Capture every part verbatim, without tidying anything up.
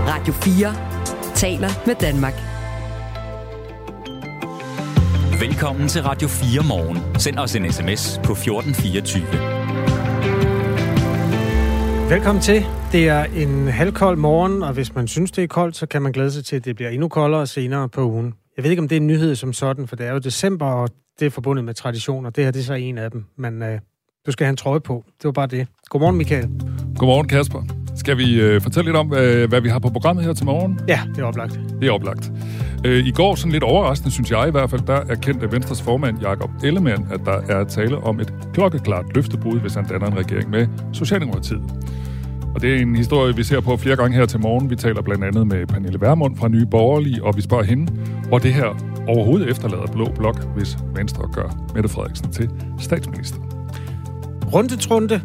Radio fire taler med Danmark. Velkommen til Radio fire Morgen. Send os en sms på fjorten fireogtyve. Velkommen til. Det er en halvkold morgen, og hvis man synes, det er koldt, så kan man glæde sig til, at det bliver endnu koldere senere på ugen. Jeg ved ikke, om det er en nyhed som sådan, for det er jo december, og det er forbundet med traditioner. Det her det er så en af dem, men øh, du skal have en trøje på. Det var bare det. Godmorgen, Michael. Godmorgen, Kasper. Skal vi øh, fortælle lidt om, hvad, hvad vi har på programmet her til morgen? Ja, det er oplagt. Det er oplagt. Øh, I går, sådan lidt overraskende, synes jeg i hvert fald, der erkendte Venstres formand, Jakob Ellemann, at der er tale om et klokkeklart løftebrud, hvis han danner en regering med Socialdemokratiet. Og det er en historie, vi ser på flere gange her til morgen. Vi taler blandt andet med Pernille Vermund fra Nye Borgerlige, og vi spørger hende, hvor det her overhovedet efterlader Blå Blok, hvis Venstre gør Mette Frederiksen til statsminister. Rundetrunde.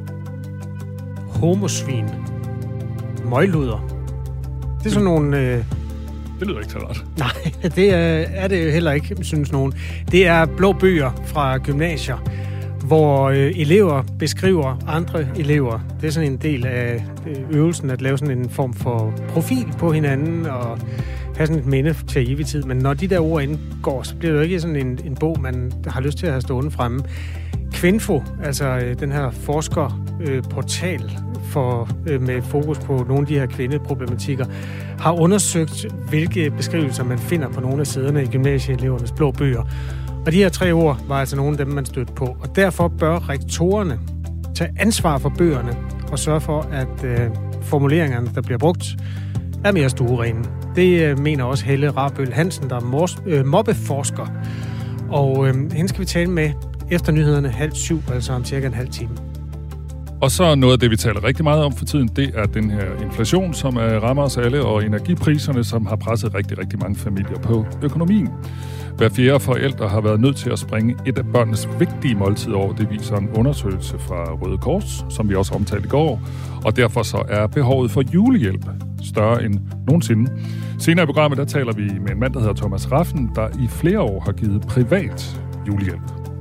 Homosvin. Møgluder. Det er sådan nogle... Øh... Det lyder ikke så ret. Nej, det er, er det heller ikke, synes nogen. Det er blå bøger fra gymnasier, hvor øh, elever beskriver andre elever. Det er sådan en del af øvelsen at lave sådan en form for profil på hinanden og have sådan et minde til evig tid. Men når de der ord indgår, så bliver det jo ikke sådan en, en bog, man har lyst til at have stående fremme. Kvinfo, altså øh, den her forskerportal øh, for, øh, med fokus på nogle af de her kvindeproblematikker, har undersøgt, hvilke beskrivelser man finder på nogle af siderne i gymnasieelevernes blå bøger. Og de her tre ord var altså nogle af dem, man stødte på. Og derfor bør rektorerne tage ansvar for bøgerne og sørge for, at øh, formuleringerne, der bliver brugt, er mere stuerene. Det øh, mener også Helle Rabøl Hansen, der er mors, øh, mobbeforsker. Og øh, hende skal vi tale med efter nyhederne halv syv, altså om cirka en halv time. Og så noget af det, vi taler rigtig meget om for tiden, det er den her inflation, som rammer os alle, og energipriserne, som har presset rigtig, rigtig mange familier på økonomien. Hver fjerde forældre har været nødt til at springe et af børnenes vigtige måltider over. Det viser en undersøgelse fra Røde Kors, som vi også omtalte i går. Og derfor så er behovet for julehjælp større end nogensinde. Senere i programmet, der taler vi med en mand, der hedder Thomas Raffen, der i flere år har givet privat julehjælp.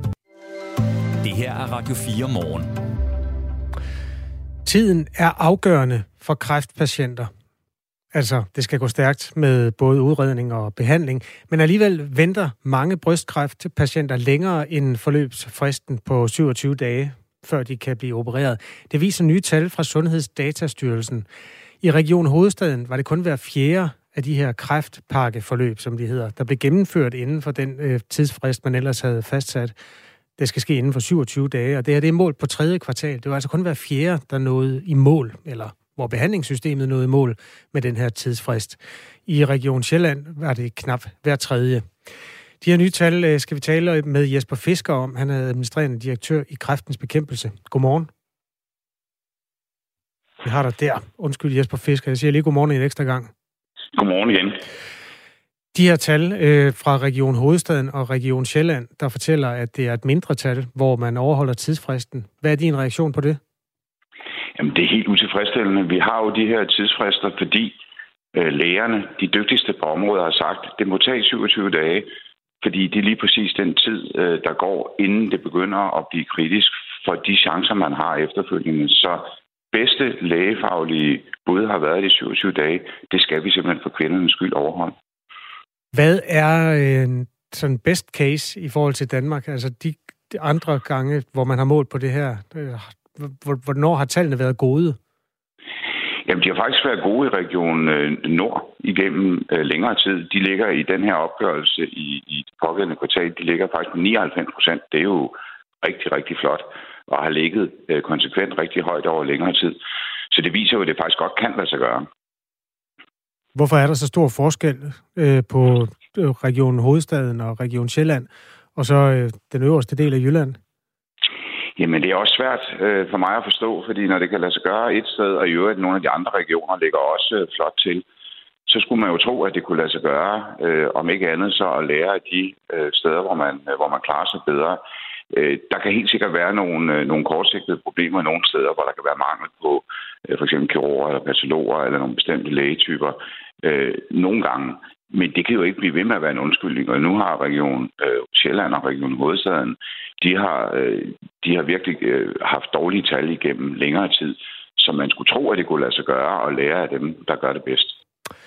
Det her er Radio fire Morgen. Tiden er afgørende for kræftpatienter. Altså, det skal gå stærkt med både udredning og behandling, men alligevel venter mange brystkræftpatienter længere end forløbsfristen på syvogtyve dage, før de kan blive opereret. Det viser nye tal fra Sundhedsdatastyrelsen. I Region Hovedstaden var det kun hver fjerde af de her kræftpakkeforløb, som de hedder, der blev gennemført inden for den øh, tidsfrist, man ellers havde fastsat. Det skal ske inden for syvogtyve dage, og det her det er målt på tredje kvartal. Det var altså kun hver fjerde, der nåede i mål, eller hvor behandlingssystemet nåede i mål med den her tidsfrist. I Region Sjælland var det knap hver tredje. De her nye tal skal vi tale med Jesper Fisker om. Han er administrerende direktør i Kræftens Bekæmpelse. Godmorgen. Vi har dig der. Undskyld Jesper Fisker. Jeg siger lige godmorgen en ekstra gang. Godmorgen igen. De her tal øh, fra Region Hovedstaden og Region Sjælland, der fortæller, at det er et mindre tal, hvor man overholder tidsfristen. Hvad er din reaktion på det? Jamen, det er helt utilfredsstillende. Vi har jo de her tidsfrister, fordi øh, lægerne, de dygtigste på området, har sagt, at det må tage syvogtyve dage, fordi det er lige præcis den tid, øh, der går, inden det begynder at blive kritisk for de chancer, man har efterfølgende. Så bedste lægefaglige bud har været de syvogtyve dage. Det skal vi simpelthen for kvindernes skyld overholde. Hvad er øh, sådan best case i forhold til Danmark? Altså de, de andre gange, hvor man har målt på det her, øh, hvornår har tallene været gode? Jamen, de har faktisk været gode i Region Nord igennem øh, længere tid. De ligger i den her opgørelse i, i det pågældende kvartal, de ligger faktisk på nioghalvfems procent. Det er jo rigtig, rigtig flot, og har ligget øh, konsekvent rigtig højt over længere tid. Så det viser jo, at det faktisk godt kan lade sig gøre. Hvorfor er der så stor forskel øh, på øh, Region Hovedstaden og Region Sjælland, og så øh, den øverste del af Jylland? Jamen, det er også svært øh, for mig at forstå, fordi når det kan lade sig gøre et sted, og i øvrigt nogle af de andre regioner ligger også øh, flot til, så skulle man jo tro, at det kunne lade sig gøre, øh, om ikke andet så at lære af de øh, steder, hvor man, øh, hvor man klarer sig bedre. Øh, der kan helt sikkert være nogle, øh, nogle kortsigtede problemer i nogle steder, hvor der kan være mangel på øh, for eksempel kirurger eller patologer eller nogle bestemte lægetyper øh, nogle gange. Men det kan jo ikke blive ved med at være en undskyldning. Og nu har Region øh, Sjælland og Region Hovedstaden, de har, øh, de har virkelig øh, haft dårlige tal igennem længere tid, så man skulle tro, at det kunne lade sig gøre og lære af dem, der gør det bedst.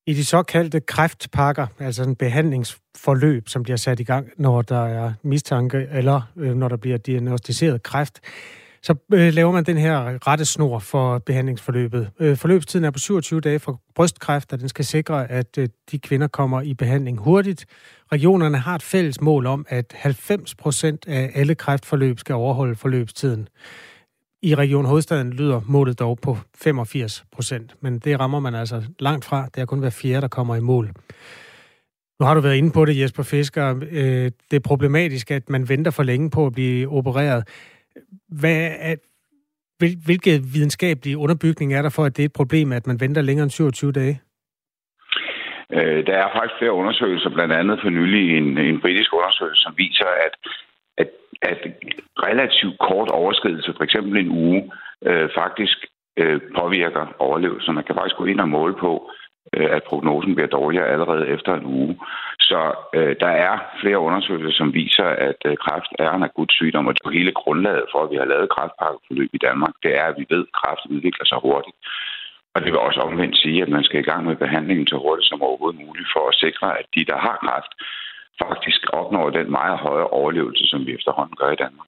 I de såkaldte kræftpakker, altså en behandlingsforløb, som bliver sat i gang, når der er mistanke, eller øh, når der bliver diagnosticeret kræft, så øh, laver man den her rettesnor for behandlingsforløbet. Øh, forløbstiden er på syvogtyve dage for brystkræft, og den skal sikre, at øh, de kvinder kommer i behandling hurtigt. Regionerne har et fælles mål om, at halvfems procent af alle kræftforløb skal overholde forløbstiden. I Region Hovedstaden lyder målet dog på femogfirs procent, men det rammer man altså langt fra. Det er kun hver fjerde, der kommer i mål. Nu har du været inde på det, Jesper Fisker. Øh, det er problematisk, at man venter for længe på at blive opereret. Hvad er, hvil, hvilke videnskabelige underbygning er der for, at det er et problem, at man venter længere end syvogtyve dage? Øh, der er faktisk flere undersøgelser, blandt andet for nylig en, en britisk undersøgelse, som viser, at, at, at relativt kort overskridelse, for eksempel en uge, øh, faktisk øh, påvirker overlevelsen. Man kan faktisk gå ind og måle på, øh, at prognosen bliver dårligere allerede efter en uge. Så øh, der er flere undersøgelser, som viser, at øh, kræft er en akut sygdom, og det er hele grundlaget for, at vi har lavet kræftpakkeforløb i Danmark. Det er, at vi ved, at kræft udvikler sig hurtigt. Og det vil også omvendt sige, at man skal i gang med behandlingen så hurtigt som overhovedet muligt, for at sikre, at de, der har kræft, faktisk opnår den meget høje overlevelse, som vi efterhånden gør i Danmark.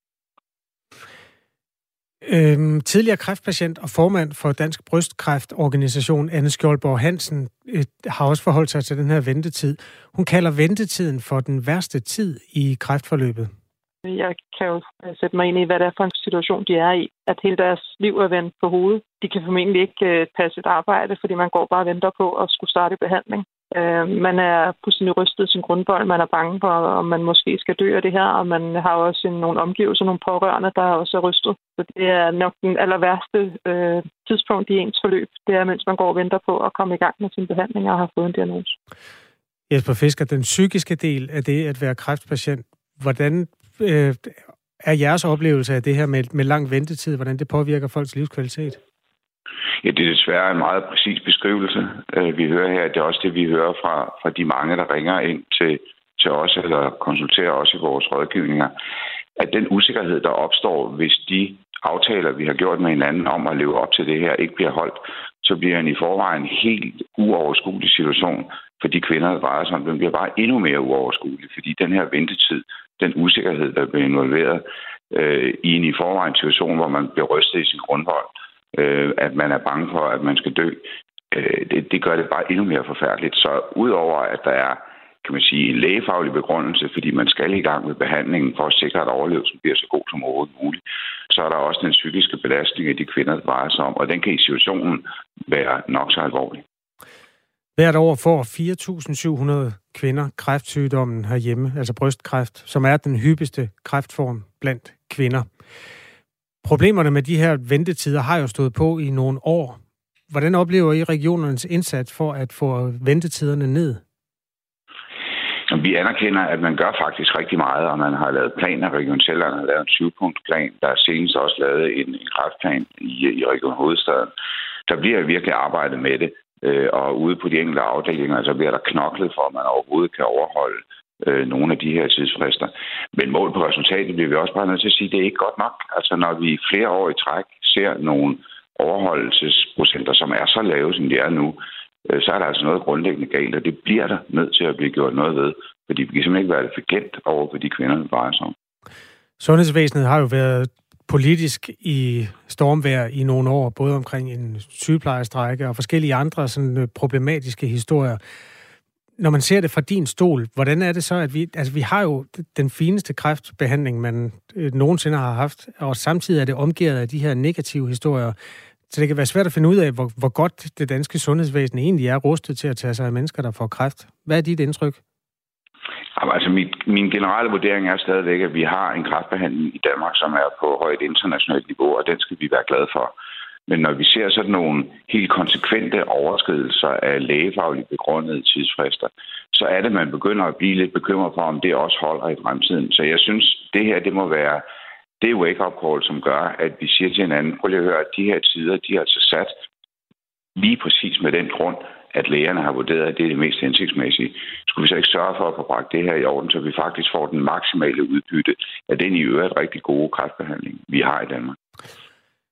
Øhm, tidligere kræftpatient og formand for Dansk Brystkræftorganisation, Anne Skjoldborg Hansen, øh, har også forholdt sig til den her ventetid. Hun kalder ventetiden for den værste tid i kræftforløbet. Jeg kan jo sætte mig ind i, hvad det er for en situation, de er i. At hele deres liv er vendt på hovedet. De kan formentlig ikke passe et arbejde, fordi man går bare og venter på at skulle starte behandling. Man er fuldstændig rystet i sin grundvold. Man er bange for, om man måske skal dø af det her, og man har også nogle omgivelser, nogle pårørende, der også er rystet. Så det er nok den aller værste øh, tidspunkt i ens forløb. Det er, mens man går og venter på at komme i gang med sin behandling og har fået en diagnose. Jesper Fisker, den psykiske del af det at være kræftpatient, hvordan øh, er jeres oplevelse af det her med, med lang ventetid, hvordan det påvirker folks livskvalitet? Ja, det er desværre en meget præcis beskrivelse, vi hører her. Det er også det, vi hører fra, fra de mange, der ringer ind til, til os eller konsulterer os i vores rådgivninger. At den usikkerhed, der opstår, hvis de aftaler, vi har gjort med hinanden om at leve op til det her, ikke bliver holdt, så bliver en i forvejen helt uoverskuelig situation for de kvinder, der drejer sig om. Den bliver bare endnu mere uoverskuelig, fordi den her ventetid, den usikkerhed, der bliver involveret øh, i en i forvejen situation, hvor man bliver rystet i sin grundvold, øh, at man er bange for, at man skal dø, øh, det, det gør det bare endnu mere forfærdeligt. Så udover at der er, kan man sige, en lægefaglig begrundelse, fordi man skal i gang med behandlingen for at sikre, at overlevelsen bliver så god som overhovedet muligt, så er der også den psykiske belastning af de kvinder, der drejer sig om, og den kan i situationen være nok så alvorlig. Hvert år får fire tusind syv hundrede kvinder kræftsygdommen herhjemme, altså brystkræft, som er den hyppigste kræftform blandt kvinder. Problemerne med de her ventetider har jo stået på i nogle år. Hvordan oplever I regionernes indsats for at få ventetiderne ned? Vi anerkender, at man gør faktisk rigtig meget, og man har lavet planer. Region Sjælland har lavet en tyve-punktsplan. Der er senest også lavet en, en kræftplan i, i Region Hovedstaden. Der bliver virkelig arbejdet med det, og ude på de enkelte afdelinger, så bliver der knoklet for, at man overhovedet kan overholde øh, nogle af de her tidsfrister. Men mål på resultatet bliver vi også bare nødt til at sige, at det er ikke godt nok. Altså når vi flere år i træk ser nogle overholdelsesprocenter, som er så lave, som de er nu, øh, så er der altså noget grundlæggende galt, og det bliver der nødt til at blive gjort noget ved, fordi vi kan simpelthen ikke være det forglemt over for de kvinder, der drejer sig om. Sundhedsvæsenet har jo været politisk i stormvejr i nogle år, både omkring en sygeplejerstrække og forskellige andre sådan problematiske historier. Når man ser det fra din stol, hvordan er det så, at vi... Altså, vi har jo den fineste kræftbehandling, man øh, nogensinde har haft, og samtidig er det omgivet af de her negative historier. Så det kan være svært at finde ud af, hvor, hvor godt det danske sundhedsvæsen egentlig er rustet til at tage sig af mennesker, der får kræft. Hvad er dit indtryk? Altså, min, min generelle vurdering er stadigvæk, at vi har en kræftbehandling i Danmark, som er på højt internationalt niveau, og den skal vi være glade for. Men når vi ser sådan nogle helt konsekvente overskridelser af lægefagligt begrundede tidsfrister, så er det, man begynder at blive lidt bekymret for, om det også holder i fremtiden. Så jeg synes, det her, det må være det wake-up call, som gør, at vi siger til hinanden, prøv lige at høre, at de her tider, de er altså sat lige præcis med den grund, at lægerne har vurderet, at det er det mest hensigtsmæssige. Skulle vi så ikke sørge for at få bragt det her i orden, så vi faktisk får den maksimale udbytte af den i øvrigt rigtig gode kræftbehandling, vi har i Danmark?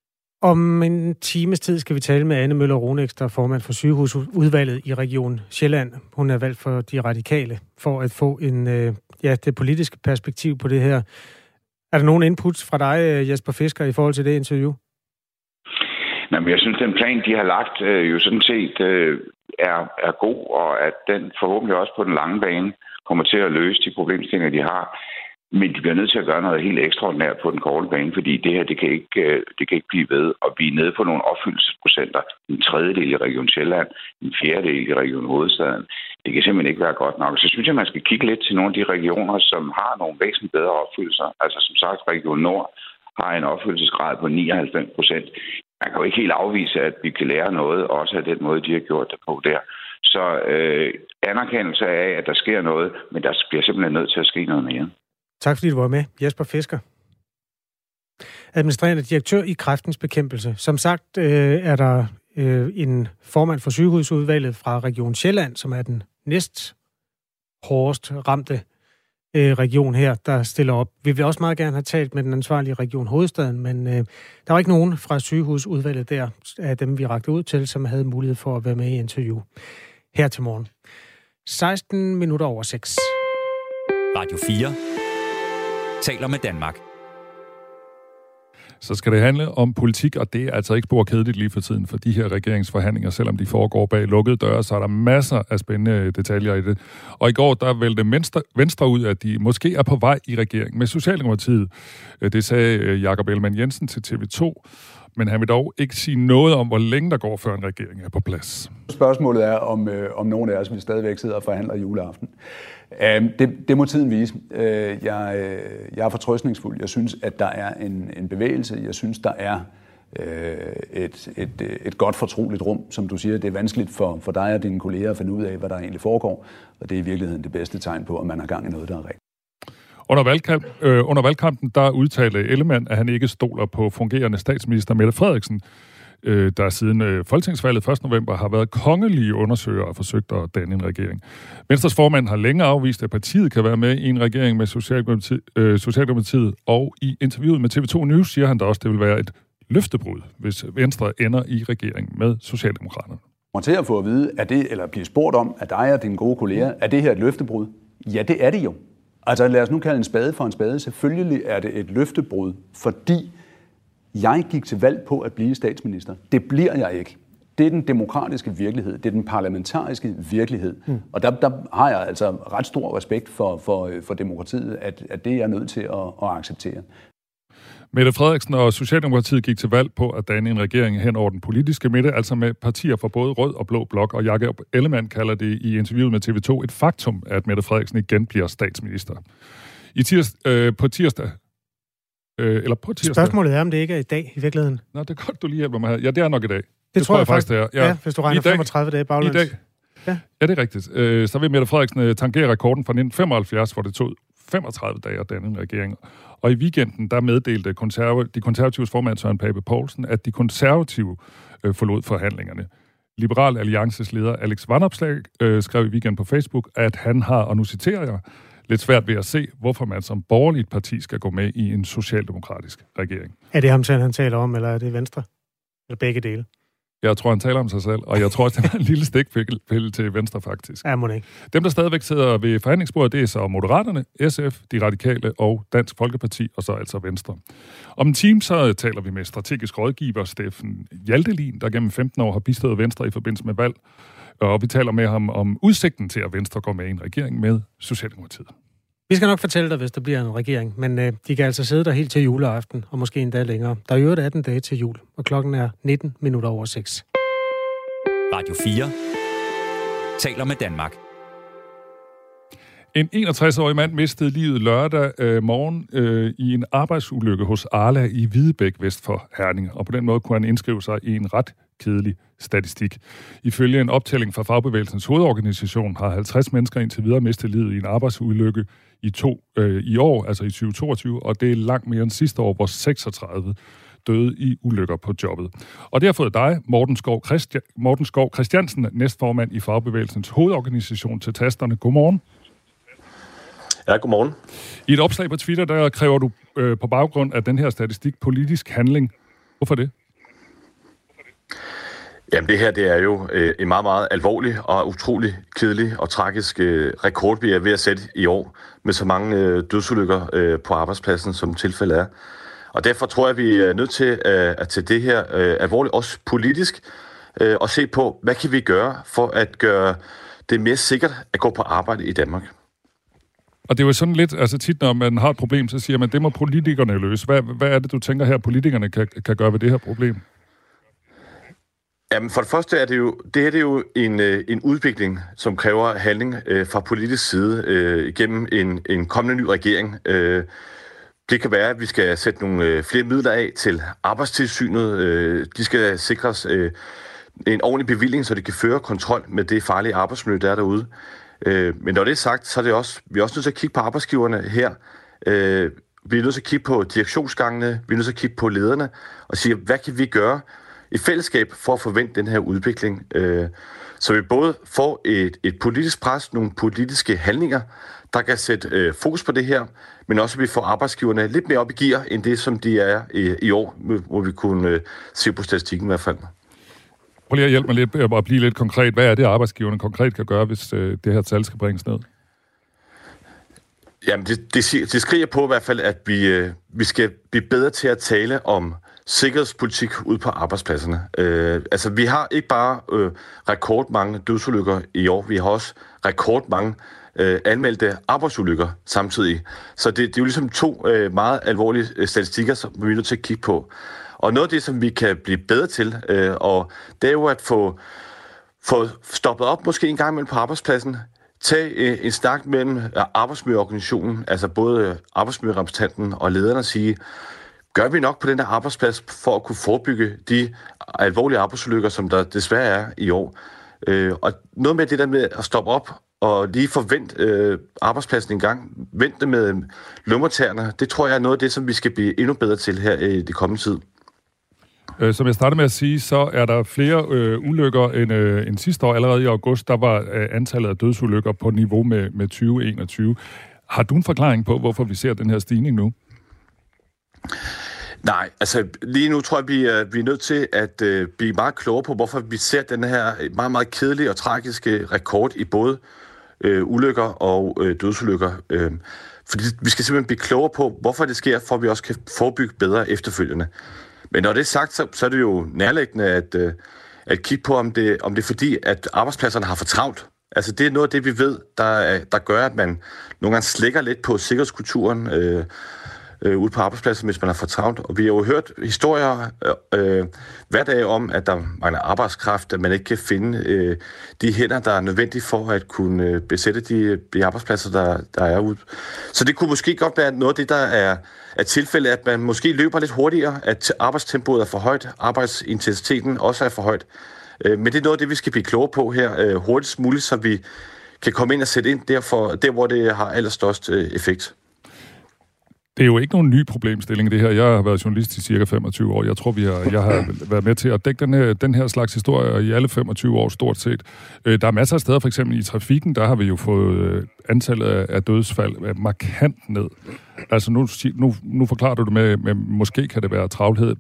Om en times tid skal vi tale med Anne Møller Ronex, der er formand for sygehusudvalget i Region Sjælland. Hun er valgt for De Radikale for at få en, ja, det politiske perspektiv på det her. Er der nogen input fra dig, Jesper Fisker, i forhold til det interview? Jamen, jeg synes, den plan, de har lagt, øh, jo sådan set øh, er, er god, og at den forhåbentlig også på den lange bane kommer til at løse de problemstillinger, de har. Men de bliver nødt til at gøre noget helt ekstraordinært på den korte bane, fordi det her, det kan ikke, det kan ikke blive ved. Og vi er nede på nogle opfyldelsesprocenter. En tredjedel i Region Sjælland, en fjerdedel i Region Hovedstaden. Det kan simpelthen ikke være godt nok. Så synes jeg, man skal kigge lidt til nogle af de regioner, som har nogle væsentligt bedre opfyldelser. Altså som sagt, Region Nord har en opfyldelsesgrad på nioghalvfems procent. Man kan jo ikke helt afvise, at vi kan lære noget, også af den måde, de har gjort det på der. Så øh, anerkendelse af, at der sker noget, men der bliver simpelthen nødt til at ske noget mere. Tak fordi du var med, Jesper Fisker. Administrerende direktør i Kræftens Bekæmpelse. Som sagt øh, er der øh, en formand for sygehusudvalget fra Region Sjælland, som er den næst hårdest ramte øh, region her, der stiller op. Vi vil også meget gerne have talt med den ansvarlige Region Hovedstaden, men øh, der var ikke nogen fra sygehusudvalget der, af dem vi rakte ud til, som havde mulighed for at være med i interview her til morgen. seksten minutter over seks. Radio fire taler med Danmark. Så skal det handle om politik, og det er altså ikke spor kedeligt lige for tiden for de her regeringsforhandlinger, selvom de foregår bag lukkede døre, så er der masser af spændende detaljer i det. Og i går, der vælte Venstre, Venstre ud, at de måske er på vej i regering med Socialdemokratiet. Det sagde Jakob Ellemann-Jensen til T V to, men han vil dog ikke sige noget om, hvor længe der går, før en regering er på plads. Spørgsmålet er, om, øh, om nogen af os vil stadigvæk sidde og forhandler juleaften. Øh, det, det må tiden vise. Øh, jeg, øh, jeg er fortrøstningsfuld. Jeg synes, at der er en, en bevægelse. Jeg synes, der er øh, et, et, et godt fortroligt rum. Som du siger, det er vanskeligt for, for dig og dine kolleger at finde ud af, hvad der egentlig foregår. Og det er i virkeligheden det bedste tegn på, at man har gang i noget, der er rigtigt. Under, valgkamp, øh, under valgkampen, der udtalte Ellemann, at han ikke stoler på fungerende statsminister Mette Frederiksen, øh, der siden øh, folketingsvalget første november har været kongelige undersøgere og forsøgt at danne en regering. Venstres formand har længe afvist, at partiet kan være med i en regering med Socialdemokratiet, øh, Socialdemokratiet, og i interviewet med T V to News siger han da også, at det vil være et løftebrud, hvis Venstre ender i regering med Socialdemokraterne. Man til at få at vide, er det, eller blive spurgt om, at dig og dine gode kolleger, er det her et løftebrud? Ja, det er det jo. Altså lad os nu kalde en spade for en spade. Selvfølgelig er det et løftebrud, fordi jeg gik til valg på at blive statsminister. Det bliver jeg ikke. Det er den demokratiske virkelighed. Det er den parlamentariske virkelighed. Mm. Og der, der har jeg altså ret stor respekt for, for, for demokratiet, at, at det er jeg nødt til at, at acceptere. Mette Frederiksen og Socialdemokratiet gik til valg på at danne en regering hen over den politiske midte, altså med partier fra både rød og blå blok, og Jakob Ellemann kalder det i interviewet med T V to et faktum, at Mette Frederiksen igen bliver statsminister. I tirs, øh, på tirsdag, øh, eller på tirsdag... Spørgsmålet er, om det ikke er i dag i virkeligheden. Nå, det er godt, du lige hjælper mig her. Ja, det er nok i dag. Det, det tror jeg, jeg faktisk, det er. Ja, ja hvis du regner dag, femogtredive dage baglæns. I dag. Ja. ja, det er rigtigt. Øh, så vil Mette Frederiksen tangere rekorden fra nitten femoghalvfjerds, hvor det tog femogtredive dage at danne en regering. Og i weekenden, der meddelte konserv- de konservatives formand Søren Pape Poulsen, at de konservative øh, forlod forhandlingerne. Liberal Alliances leder Alex Vanopslagh øh, skrev i weekenden på Facebook, at han har, og nu citerer jeg, lidt svært ved at se, hvorfor man som borgerligt parti skal gå med i en socialdemokratisk regering. Er det ham selv, han taler om, eller er det Venstre? Eller begge dele? Jeg tror, han taler om sig selv, og jeg tror også, det var en lille stikpille til Venstre, faktisk. Ja, må ikke. Dem, der stadigvæk sidder ved forhandlingsbordet, det er så Moderaterne, S F, De Radikale og Dansk Folkeparti, og så altså Venstre. Om en time, så taler vi med strategisk rådgiver Steffen Hjaltelin, der gennem femten år har bistået Venstre i forbindelse med valg, og vi taler med ham om udsigten til, at Venstre går med i en regering med Socialdemokratiet. Vi skal nok fortælle dig, hvis der bliver en regering, men øh, de kan altså sidde der helt til juleaften, og måske endda længere. Der er jo atten dage til jul, og klokken er nitten minutter over seks. Radio fire taler med Danmark. En enogtres-årig mand mistede livet lørdag øh, morgen øh, i en arbejdsulykke hos Arla i Hvidebæk vest for Herning, og på den måde kunne han indskrive sig i en ret kedelig statistik. Ifølge en optælling fra Fagbevægelsens hovedorganisation har halvtreds mennesker indtil videre mistet livet i en arbejdsulykke i, to, øh, i år, altså i tyve toogtyve, og det er langt mere end sidste år, hvor seksogtredive døde i ulykker på jobbet. Og det har fået dig, Morten Skov, Christi- Morten Skov Christiansen, næstformand i Fagbevægelsens hovedorganisation, til tasterne. Godmorgen. Ja, godmorgen. I et opslag på Twitter, der kræver du øh, på baggrund af den her statistik politisk handling. Hvorfor det? Jamen det her, det er jo øh, en meget, meget alvorlig og utrolig kedelig og tragisk øh, rekord, vi er ved at sætte i år, med så mange øh, dødsulykker øh, på arbejdspladsen, som tilfældet er. Og derfor tror jeg, vi er nødt til øh, at tage det her øh, alvorligt, også politisk, øh, og se på, hvad kan vi gøre for at gøre det mere sikkert at gå på arbejde i Danmark. Og det er jo sådan lidt, altså tit når man har et problem, så siger man, det må politikerne løse. Hvad, hvad er det, du tænker her, politikerne kan, kan gøre ved det her problem? Jamen for det første er det jo, det her det er jo en, en udvikling, som kræver handling øh, fra politisk side øh, igennem en, en kommende ny regering. Øh, det kan være, at vi skal sætte nogle øh, flere midler af til Arbejdstilsynet. Øh, de skal sikres øh, en ordentlig bevilling, så de kan føre kontrol med det farlige arbejdsmiljø, der er derude. Øh, men når det er sagt, så er det også, vi er også nødt til at kigge på arbejdsgiverne her. Øh, vi er nødt til at kigge på direktionsgangene, vi er nødt til at kigge på lederne og sige, hvad kan vi gøre i fællesskab for at forvente den her udvikling. Øh, så vi både får et, et politisk pres, nogle politiske handlinger, der kan sætte øh, fokus på det her, men også at vi får arbejdsgiverne lidt mere op i gear, end det, som de er i, i år, hvor vi kunne øh, se på statistikken i hvert fald. Prøv lige at hjælpe mig lidt at blive lidt konkret. Hvad er det, arbejdsgiverne konkret kan gøre, hvis øh, det her tal skal bringes ned? Jamen, det, det, det skriger på i hvert fald, at vi, øh, vi skal blive bedre til at tale om sikkerhedspolitik ude på arbejdspladserne. Øh, altså, vi har ikke bare øh, rekordmange dødsulykker i år, vi har også rekordmange øh, anmeldte arbejdsulykker samtidig. Så det, det er jo ligesom to øh, meget alvorlige statistikker, som vi er nødt til at kigge på. Og noget af det, som vi kan blive bedre til, øh, og det er jo at få, få stoppet op måske en gang imellem på arbejdspladsen, tage øh, en snak mellem arbejdsmiljøorganisationen, altså både arbejdsmiljørepræsentanten og lederne, og sige, gør vi nok på den der arbejdsplads for at kunne forebygge de alvorlige arbejdsulykker, som der desværre er i år. Øh, og noget med det der med at stoppe op og lige forvente øh, arbejdspladsen en gang, vente med lønmodtagerne, det tror jeg er noget af det, som vi skal blive endnu bedre til her i det kommende tid. Som jeg startede med at sige, så er der flere øh, ulykker end, øh, end sidste år. Allerede i august, der var øh, antallet af dødsulykker på niveau med, med tyve enogtyve. Har du en forklaring på, hvorfor vi ser den her stigning nu? Nej, altså lige nu tror jeg, vi er, vi er nødt til at øh, blive meget klogere på, hvorfor vi ser den her meget, meget kedelige og tragiske rekord i både øh, ulykker og øh, dødsulykker. Øh, fordi vi skal simpelthen blive klogere på, hvorfor det sker, for at vi også kan forebygge bedre efterfølgende. Men når det er sagt, så, så er det jo nærliggende at, øh, at kigge på, om det, om det er fordi, at arbejdspladserne har for travlt. Altså det er noget af det, vi ved, der, der gør, at man nogle gange slækker lidt på sikkerhedskulturen øh, øh, ude på arbejdspladsen, hvis man har for travlt. Og vi har jo hørt historier øh, hver dag om, at der mangler arbejdskraft, at man ikke kan finde øh, de hænder, der er nødvendige for at kunne øh, besætte de, de arbejdspladser, der, der er ude. Så det kunne måske godt være noget af det, der er at tilfælde, at man måske løber lidt hurtigere, at arbejdstempoet er for højt, arbejdsintensiteten også er for højt. Men det er noget af det, vi skal blive klogere på her hurtigst muligt, så vi kan komme ind og sætte ind der, for, der hvor det har allerstørst effekt. Det er jo ikke nogen ny problemstilling, det her. Jeg har været journalist i cirka femogtyve år. Jeg tror, vi har, jeg har været med til at dække den her, den her slags historier i alle femogtyve år stort set. Der er masser af steder, for eksempel i trafikken, der har vi jo fået antallet af dødsfald markant ned. Altså nu, nu, nu forklarer du det med, med, måske kan det være travlhed.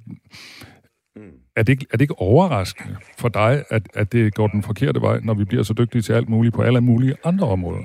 Er det, ikke, er det ikke overraskende for dig, at, at det går den forkerte vej, når vi bliver så dygtige til alt muligt på alle mulige andre områder?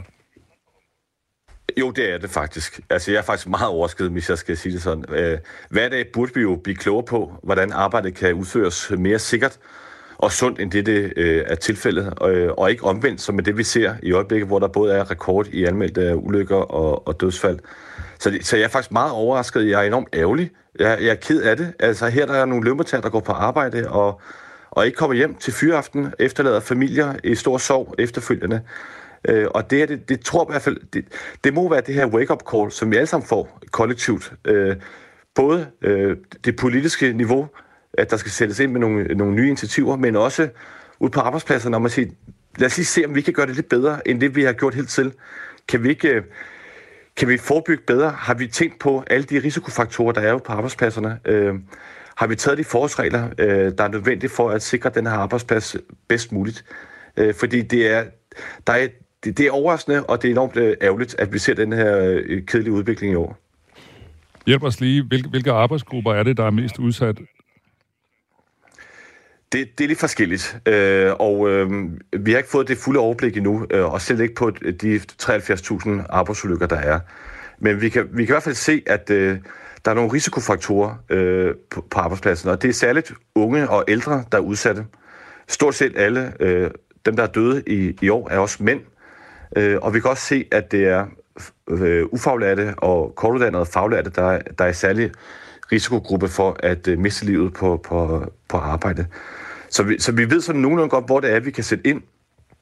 Jo, det er det faktisk. Altså, jeg er faktisk meget overrasket, hvis jeg skal sige det sådan. Hver dag burde vi jo blive klogere på, hvordan arbejdet kan udføres mere sikkert og sundt, end det, det er tilfældet. Og ikke omvendt, som med det, vi ser i øjeblikket, hvor der både er rekord i anmeldte ulykker og, og dødsfald. Så, så jeg er faktisk meget overrasket. Jeg er enormt ærgerlig. Jeg, jeg er ked af det. Altså, her der er nogle lønmodtagere, der går på arbejde og, og ikke kommer hjem til fyraften, efterlader familier i stor sorg efterfølgende. Øh, og det, det, det tror jeg i hvert fald, det, det må være det her wake-up call, som vi alle sammen får kollektivt. Øh, både øh, det politiske niveau, at der skal sættes ind med nogle, nogle nye initiativer, men også ude på arbejdspladserne, når man siger, lad os lige se, om vi kan gøre det lidt bedre, end det vi har gjort helt til. Kan vi ikke... Kan vi forebygge bedre? Har vi tænkt på alle de risikofaktorer, der er på arbejdspladserne? Øh, har vi taget de forholdsregler, øh, der er nødvendige for at sikre den her arbejdsplads bedst muligt? Øh, fordi det er, der er, det, det er overraskende, og det er enormt øh, ærgerligt, at vi ser den her øh, kedelige udvikling i år. Hjælp os lige. Hvilke, hvilke arbejdsgrupper er det, der er mest udsat? Det, det er lidt forskelligt, øh, og øh, vi har ikke fået det fulde overblik endnu, øh, og selv ikke på de treoghalvfjerds tusind arbejdsulykker, der er. Men vi kan, vi kan i hvert fald se, at øh, der er nogle risikofaktorer øh, på, på arbejdspladsen, og det er særligt unge og ældre, der er udsatte. Stort set alle øh, dem, der er døde i, i år, er også mænd, øh, og vi kan også se, at det er øh, ufaglærte og kortuddannede faglærte, der er, der er særlig risikogruppe for at øh, miste livet på, på, på arbejde. Så vi, så vi ved sådan nogenlunde godt, hvor det er, vi kan sætte ind.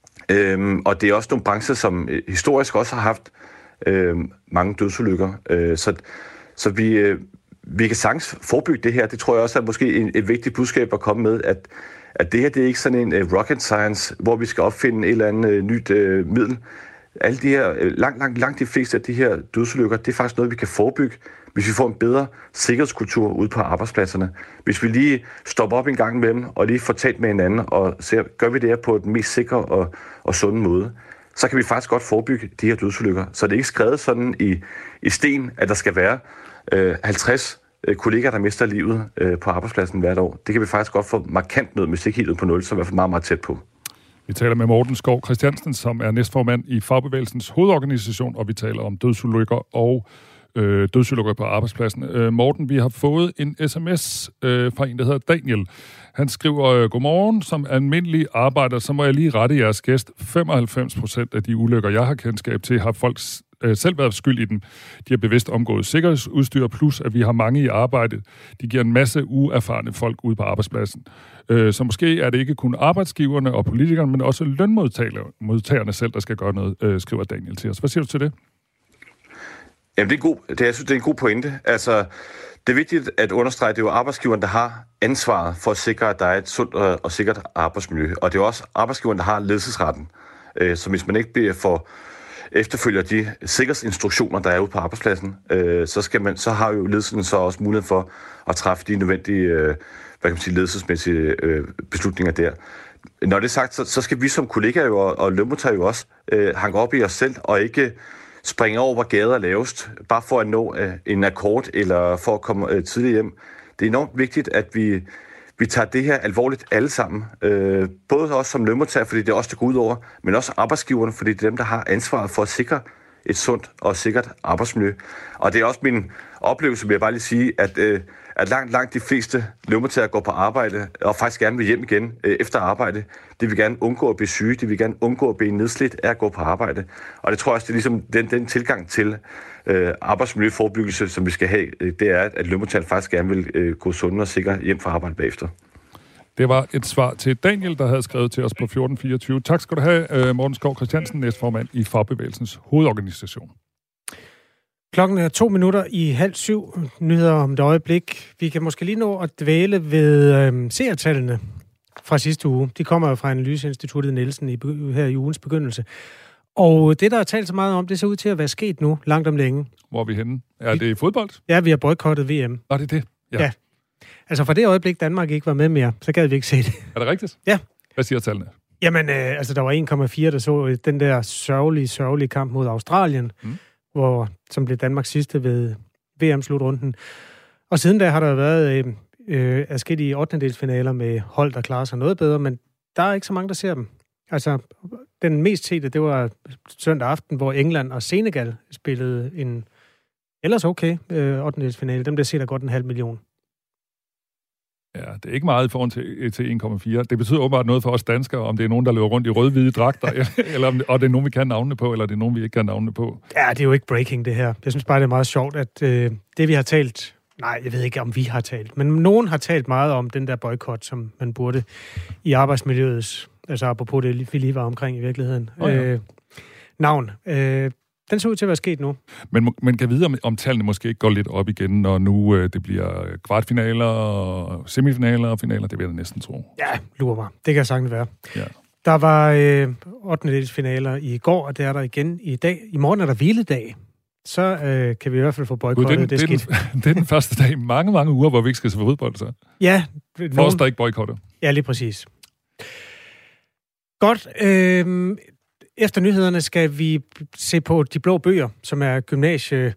Øhm, og det er også nogle brancher, som øh, historisk også har haft øh, mange dødsulykker. Øh, så så vi, øh, vi kan sagtens forebygge det her. Det tror jeg også er måske en, et vigtigt budskab at komme med, at, at det her det er ikke sådan en uh, rocket science, hvor vi skal opfinde et eller andet uh, nyt uh, middel. Alle de her, uh, langt, langt, langt de fleste af de her dødsulykker, det er faktisk noget, vi kan forebygge, hvis vi får en bedre sikkerhedskultur ude på arbejdspladserne. Hvis vi lige stopper op en gang med dem, og lige får talt med hinanden, og ser, gør vi det her på den mest sikre og, og sunde måde, så kan vi faktisk godt forebygge de her dødsulykker. Så det er ikke skrevet sådan i, i sten, at der skal være øh, halvtreds øh, kollegaer, der mister livet øh, på arbejdspladsen hvert år. Det kan vi faktisk godt få markant ned, hvis ikke helt på nul, så i hvert fald meget, meget tæt på. Vi taler med Morten Skov Christiansen, som er næstformand i Fagbevægelsens hovedorganisation, og vi taler om dødsulykker og øh, dødsulykker på arbejdspladsen. Øh, Morten, vi har fået en sms øh, fra en, der hedder Daniel. Han skriver, godmorgen, som almindelig arbejder, så må jeg lige rette jeres gæst. femoghalvfems procent af de ulykker, jeg har kendskab til, har folk øh, selv været skyld i dem. De har bevidst omgået sikkerhedsudstyr, plus at vi har mange i arbejde. De giver en masse uerfarne folk ude på arbejdspladsen. Øh, så måske er det ikke kun arbejdsgiverne og politikerne, men også lønmodtagerne selv, der skal gøre noget, øh, skriver Daniel til os. Hvad siger du til det? Jamen, det er, god, det, jeg synes, det er en god pointe. Altså, det er vigtigt at understrege, at det er jo arbejdsgiveren, der har ansvaret for at sikre, at der er et sundt og sikkert arbejdsmiljø. Og det er også arbejdsgiveren, der har ledelsesretten. Så hvis man ikke bliver for efterfølger de sikkerhedsinstruktioner, der er ude på arbejdspladsen, så, skal man, så har jo ledelsen så også mulighed for at træffe de nødvendige hvad kan man sige, ledelsesmæssige beslutninger der. Når det er sagt, så, så skal vi som kollegaer jo, og lønmodtagere jo også øh, hanke op i os selv, og ikke springe over, hvor gader er lavest, bare for at nå øh, en akkord, eller for at komme øh, tidligt hjem. Det er enormt vigtigt, at vi, vi tager det her alvorligt alle sammen. Øh, både også som lønmodtager, fordi det er os, der går ud over, men også arbejdsgiverne, fordi det er dem, der har ansvaret for at sikre et sundt og sikkert arbejdsmiljø. Og det er også min oplevelse, vil jeg bare lige sige, at, øh, at langt, langt de fleste lønmodtagere går på arbejde, og faktisk gerne vil hjem igen øh, efter arbejde. De vil gerne undgå at blive syge, de vil gerne undgå at blive nedslidt af at gå på arbejde. Og det tror jeg også, det er ligesom den, den tilgang til øh, arbejdsmiljøforebyggelse, som vi skal have, øh, det er, at lønmodtagerne faktisk gerne vil øh, gå sundt og sikkert hjem fra arbejde bagefter. Det var et svar til Daniel, der havde skrevet til os på fjorten fireogtyve. Tak skal du have, Morten Skov Christiansen, næstformand i Fagbevægelsens hovedorganisation. Klokken er to minutter i halv syv. Nyheder om et øjeblik. Vi kan måske lige nå at dvæle ved øh, seertallene fra sidste uge. De kommer jo fra Analyseinstituttet Nielsen i, her i ugens begyndelse. Og det, der er talt så meget om, det ser ud til at være sket nu, langt om længe. Hvor er vi henne? Er det i fodbold? Ja, vi har boykottet V M. Var det det? Ja. ja. Altså fra det øjeblik, Danmark ikke var med mere, så gad vi ikke se det. Er det rigtigt? Ja. Hvad siger tallene? Jamen, øh, altså der var en komma fire, der så den der sørgelige, sørgelige kamp mod Australien, mm. hvor, som blev Danmarks sidste ved V M-slutrunden. Og siden da har der været øh, øh, adskillige ottendedelsfinaler med hold, der klarer sig noget bedre, men der er ikke så mange, der ser dem. Altså, den mest sete, det var søndag aften, hvor England og Senegal spillede en ellers okay øh, ottendedelsfinale. Dem der ser der godt en halv million. Ja, det er ikke meget i forhold til, til en komma fire. Det betyder åbenbart noget for os danskere, om det er nogen, der løber rundt i rød-hvide dragter, eller om det, og det er nogen, vi kan navnene på, eller det er nogen, vi ikke kan navnene på. Ja, det er jo ikke breaking, det her. Jeg synes bare, det er meget sjovt, at øh, det, vi har talt... Nej, jeg ved ikke, om vi har talt, men nogen har talt meget om den der boykot, som man burde i arbejdsmiljøets... Altså apropos det, vi lige var omkring i virkeligheden. Oh, ja. øh, navn. Øh, Den ser ud til at være sket nu. Men man kan vide, om, om tallene måske ikke går lidt op igen, når nu øh, det bliver kvartfinaler, og semifinaler og finaler. Det vil jeg næsten tro. Ja, lurer mig. Det kan sagtens være. Ja. Der var øh, ottendedelsfinaler i går, og det er der igen i dag. I morgen er der hviledag. Så øh, kan vi i hvert fald få boykottet det, det, det skidt. Det, det er den første dag i mange, mange uger, hvor vi ikke skal se fodbold, så. Ja. For nogen... os, der ikke boykotter. Ja, lige præcis. Godt. Øh, Efter nyhederne skal vi se på De Blå Bøger, som er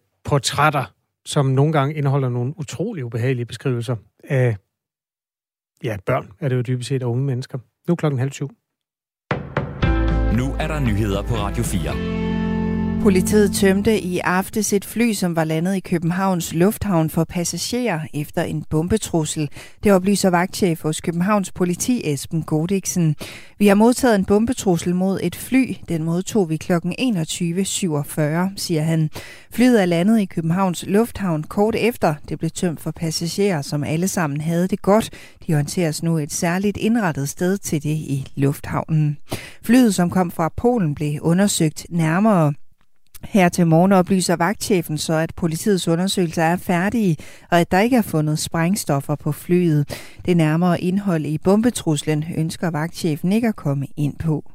gymnasieportrætter, som nogle gange indeholder nogle utrolig ubehagelige beskrivelser af ja, børn er det jo dybest set, og unge mennesker. Nu er klokken halv syv. Nu er der nyheder på Radio fire. Politiet tømte i aftes et fly, som var landet i Københavns Lufthavn for passagerer efter en bombetrussel. Det oplyser vagtchef hos Københavns Politi, Esben Godiksen. Vi har modtaget en bombetrussel mod et fly. Den modtog vi klokken enogtyve syvogfyrre, siger han. Flyet er landet i Københavns Lufthavn kort efter. Det blev tømt for passagerer, som alle sammen havde det godt. De håndteres nu et særligt indrettet sted til det i lufthavnen. Flyet, som kom fra Polen, blev undersøgt nærmere. Her til morgen oplyser vagtchefen så, at politiets undersøgelser er færdige, og at der ikke er fundet sprængstoffer på flyet. Det nærmere indhold i bombetruslen ønsker vagtchefen ikke at komme ind på.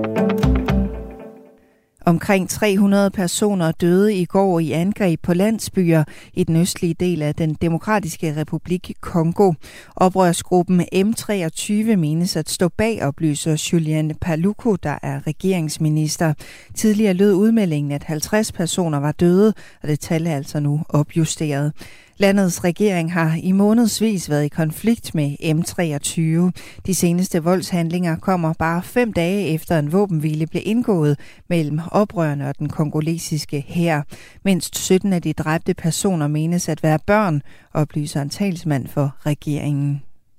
Omkring tre hundrede personer døde i går i angreb på landsbyer i den østlige del af den demokratiske republik Kongo. Oprørsgruppen M treogtyve menes at stå bag, oplyser Julien Paluku, der er regeringsminister. Tidligere lød udmeldingen, at halvtreds personer var døde, og det tal er altså nu opjusteret. Landets regering har i månedsvis været i konflikt med M treogtyve. De seneste voldshandlinger kommer bare fem dage efter en våbenhvile blev indgået mellem oprørerne og den kongolesiske hær. Mindst sytten af de dræbte personer menes at være børn, oplyser en talsmand for regeringen.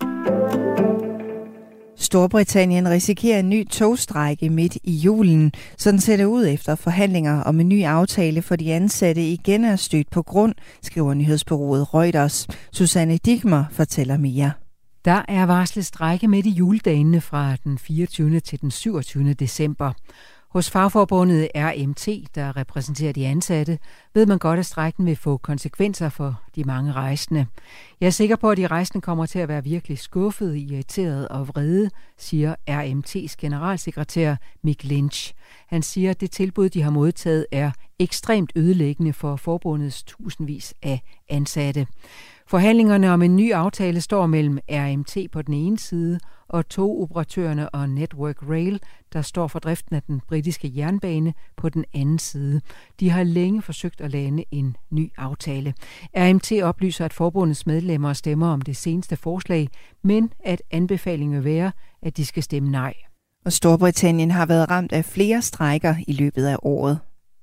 Storbritannien risikerer en ny togstrejke midt i julen. Sådan ser det ud efter forhandlinger om en ny aftale for de ansatte igen er stødt på grund, skriver nyhedsbureauet Reuters. Susanne Digmer fortæller mere. Der er varslet strejke midt i juledagene fra den fireogtyvende til den syvogtyvende december. Hos fagforbundet R M T, der repræsenterer de ansatte, ved man godt, at strejken vil få konsekvenser for de mange rejsende. Jeg er sikker på, at de rejsende kommer til at være virkelig skuffede, irriterede og vrede, siger R M T's generalsekretær Mick Lynch. Han siger, at det tilbud, de har modtaget, er ekstremt ødelæggende for forbundets tusindvis af ansatte. Forhandlingerne om en ny aftale står mellem R M T på den ene side og togoperatørerne og Network Rail, der står for driften af den britiske jernbane, på den anden side. De har længe forsøgt at lande en ny aftale. R M T oplyser, at forbundets medlemmer stemmer om det seneste forslag, men at anbefalingen vil være, at de skal stemme nej. Og Storbritannien har været ramt af flere strejker i løbet af året.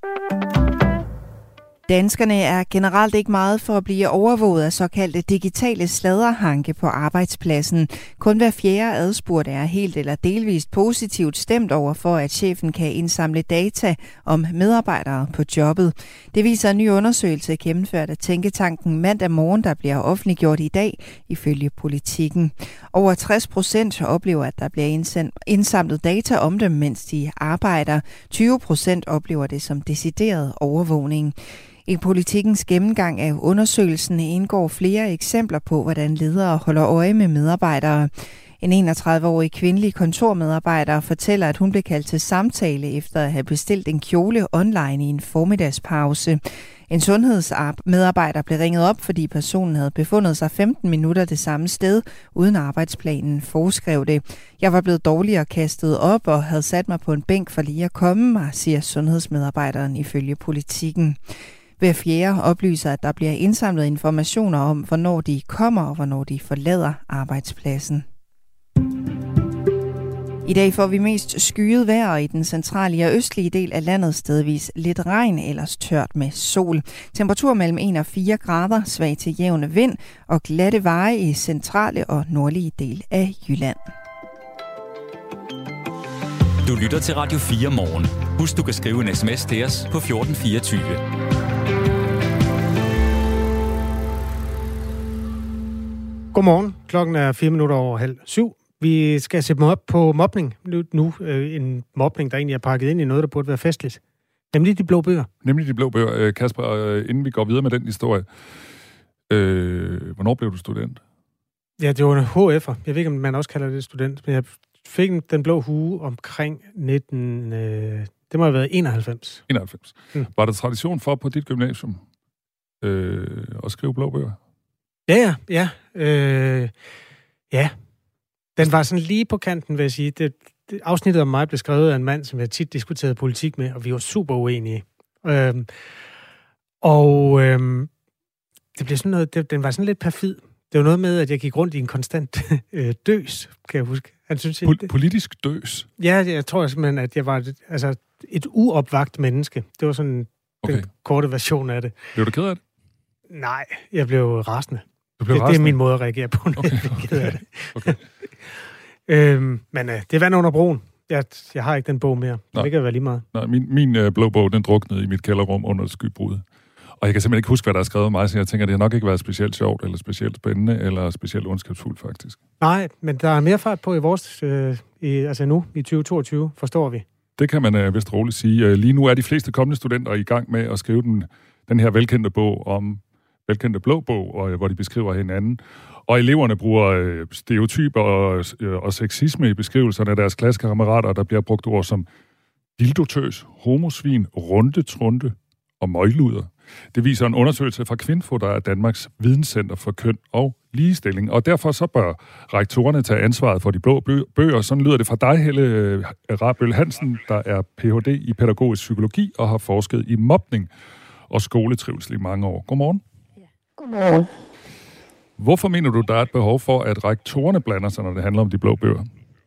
Danskerne er generelt ikke meget for at blive overvåget af såkaldte digitale sladderhanke på arbejdspladsen. Kun hver fjerde adspurgte er helt eller delvist positivt stemt over for, at chefen kan indsamle data om medarbejdere på jobbet. Det viser en ny undersøgelse gennemført af Tænketanken mandag morgen, der bliver offentliggjort i dag, ifølge Politikken. Over tres procent oplever, at der bliver indsamlet data om dem, mens de arbejder. tyve procent oplever det som decideret overvågning. I Politikens gennemgang af undersøgelsen indgår flere eksempler på, hvordan ledere holder øje med medarbejdere. En enogtredive-årig kvindelig kontormedarbejder fortæller, at hun blev kaldt til samtale efter at have bestilt en kjole online i en formiddagspause. En sundhedsmedarbejder blev ringet op, fordi personen havde befundet sig femten minutter det samme sted, uden arbejdsplanen foreskrev det. Jeg var blevet dårligere kastet op og havde sat mig på en bænk for lige at komme mig, siger sundhedsmedarbejderen ifølge Politikken. Hver fjerde oplyser, at der bliver indsamlet informationer om, hvornår de kommer og hvornår de forlader arbejdspladsen. I dag får vi mest skyet vejr, og i den centrale og østlige del af landet stedvis lidt regn, ellers tørt med sol. Temperatur mellem en og fire grader, svag til jævne vind og glatte veje i centrale og nordlige del af Jylland. Du lytter til Radio fire morgen. Husk, du kan skrive en sms til os på fjorten fireogtyve. Godmorgen. Klokken er fire minutter over halv syv. Vi skal se op på mobning nu. nu øh, en mobning, der egentlig er pakket ind i noget, der burde være festligt. Nemlig de blå bøger. Nemlig de blå bøger. Kasper, inden vi går videre med den historie. Øh, hvornår blev du student? Ja, det var en H F'er. Jeg ved ikke, om man også kalder det student, men jeg fik den blå hue omkring nitten... Øh, det må have været enoghalvfems. enoghalvfems. Hmm. Var der tradition for på dit gymnasium øh, at skrive blå bøger? Ja, ja. Ja. Øh, ja. Den var sådan lige på kanten, vil jeg sige. Det, det, afsnittet om mig blev skrevet af en mand, som jeg tit diskuterede politik med, og vi var super uenige. Øhm, og øhm, det blev sådan noget, det, den var sådan lidt perfid. Det var noget med, at jeg gik rundt i en konstant øh, døs, kan jeg huske. Han synes, Pol- politisk døs? Ja, jeg tror simpelthen, at jeg var et, altså, et uopvagt menneske. Det var sådan okay. Den korte version af det. Blev du ked af det? Nej, jeg blev rasende. Du blev det, rasende? det er min måde at reagere på, når okay, jeg bliver ked af det. Okay. øhm, men øh, det er vand under broen. Jeg, jeg har ikke den bog mere. Nej. Det kan være lige meget. Nej, min, min øh, blå bog, den druknede i mit kælderrum under skybruddet. Og jeg kan simpelthen ikke huske, hvad der er skrevet om mig, så jeg tænker, det har nok ikke været specielt sjovt, eller specielt spændende, eller specielt ondskabsfuldt, faktisk. Nej, men der er mere fart på i vores, øh, i, altså nu, i tyve toogtyve, forstår vi. Det kan man øh, vist roligt sige. Lige nu er de fleste kommende studenter i gang med at skrive den, den her velkendte bog om velkendte blå bog, og, hvor de beskriver hinanden. Og eleverne bruger øh, stereotyper og, øh, og sexisme i beskrivelserne af deres klassekammerater, der bliver brugt ord som dildotøs, homosvin, rundetrunde og møgluder. Det viser en undersøgelse fra Kvinfo, der er Danmarks videnscenter for køn og ligestilling. Og derfor så bør rektorerne tage ansvaret for de blå bøger. Sådan lyder det fra dig, Helle Rabøl Hansen, der er P H D i pædagogisk psykologi og har forsket i mobning og skoletrivsel i mange år. Godmorgen. Ja. Godmorgen. Hvorfor mener du, der er et behov for, at rektorerne blander sig, når det handler om de blå bøger?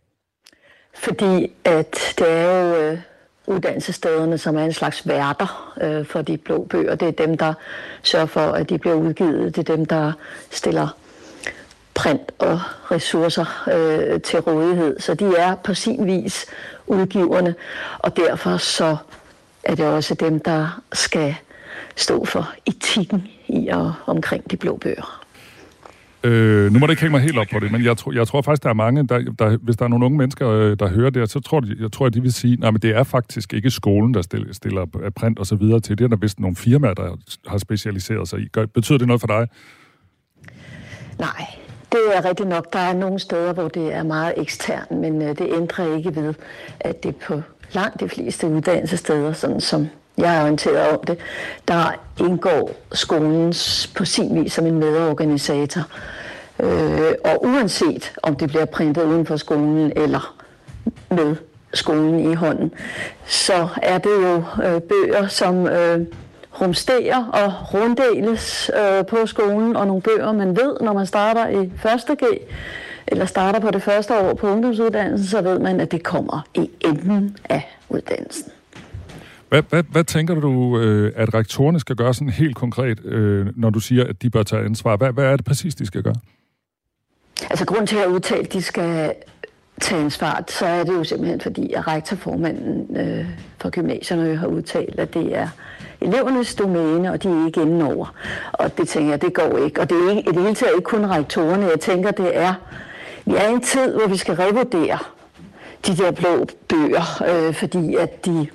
Fordi at det er jo øh, uddannelsesstederne, som er en slags værter øh, for de blå bøger. Det er dem, der sørger for, at de bliver udgivet. Det er dem, der stiller print og ressourcer øh, til rådighed. Så de er på sin vis udgiverne, og derfor så er det også dem, der skal stå for etikken i og omkring de blå bøger. Øh, nu må det ikke hænge mig helt op på det, men jeg, tro, jeg tror faktisk, der er mange, der, der, hvis der er nogle unge mennesker, der hører det, så tror de, jeg tror, at de vil sige, nej, men det er faktisk ikke skolen, der stiller, stiller print og så videre til. Det er der vist nogle firmaer, der har specialiseret sig i. Gør, betyder det noget for dig? Nej, det er rigtigt nok. Der er nogle steder, hvor det er meget eksternt, men det ændrer ikke ved, at det på langt de fleste uddannelsessteder, sådan som jeg er orienteret om det, der indgår skolens på sin vis som en medorganisator. Øh, og uanset om det bliver printet uden for skolen eller med skolen i hånden, så er det jo øh, bøger, som øh, rumsterer og runddeles øh, på skolen, og nogle bøger, man ved, når man starter i første G, eller starter på det første år på ungdomsuddannelsen, så ved man, at det kommer i enden af uddannelsen. Hvad, hvad, hvad tænker du, øh, at rektorerne skal gøre sådan helt konkret, øh, når du siger, at de bør tage ansvar? Hvad, hvad er det præcis, de skal gøre? Altså, grund til at udtale, at de skal tage ansvar, så er det jo simpelthen fordi, at rektorformanden øh, for gymnasierne har udtalt, at det er elevernes domæne, og de er ikke inden over. Og det tænker jeg, det går ikke. Og det er ikke, i det hele taget ikke kun rektorerne. Jeg tænker, det er, vi er i en tid, hvor vi skal revurdere de der blå bøger, øh, fordi at de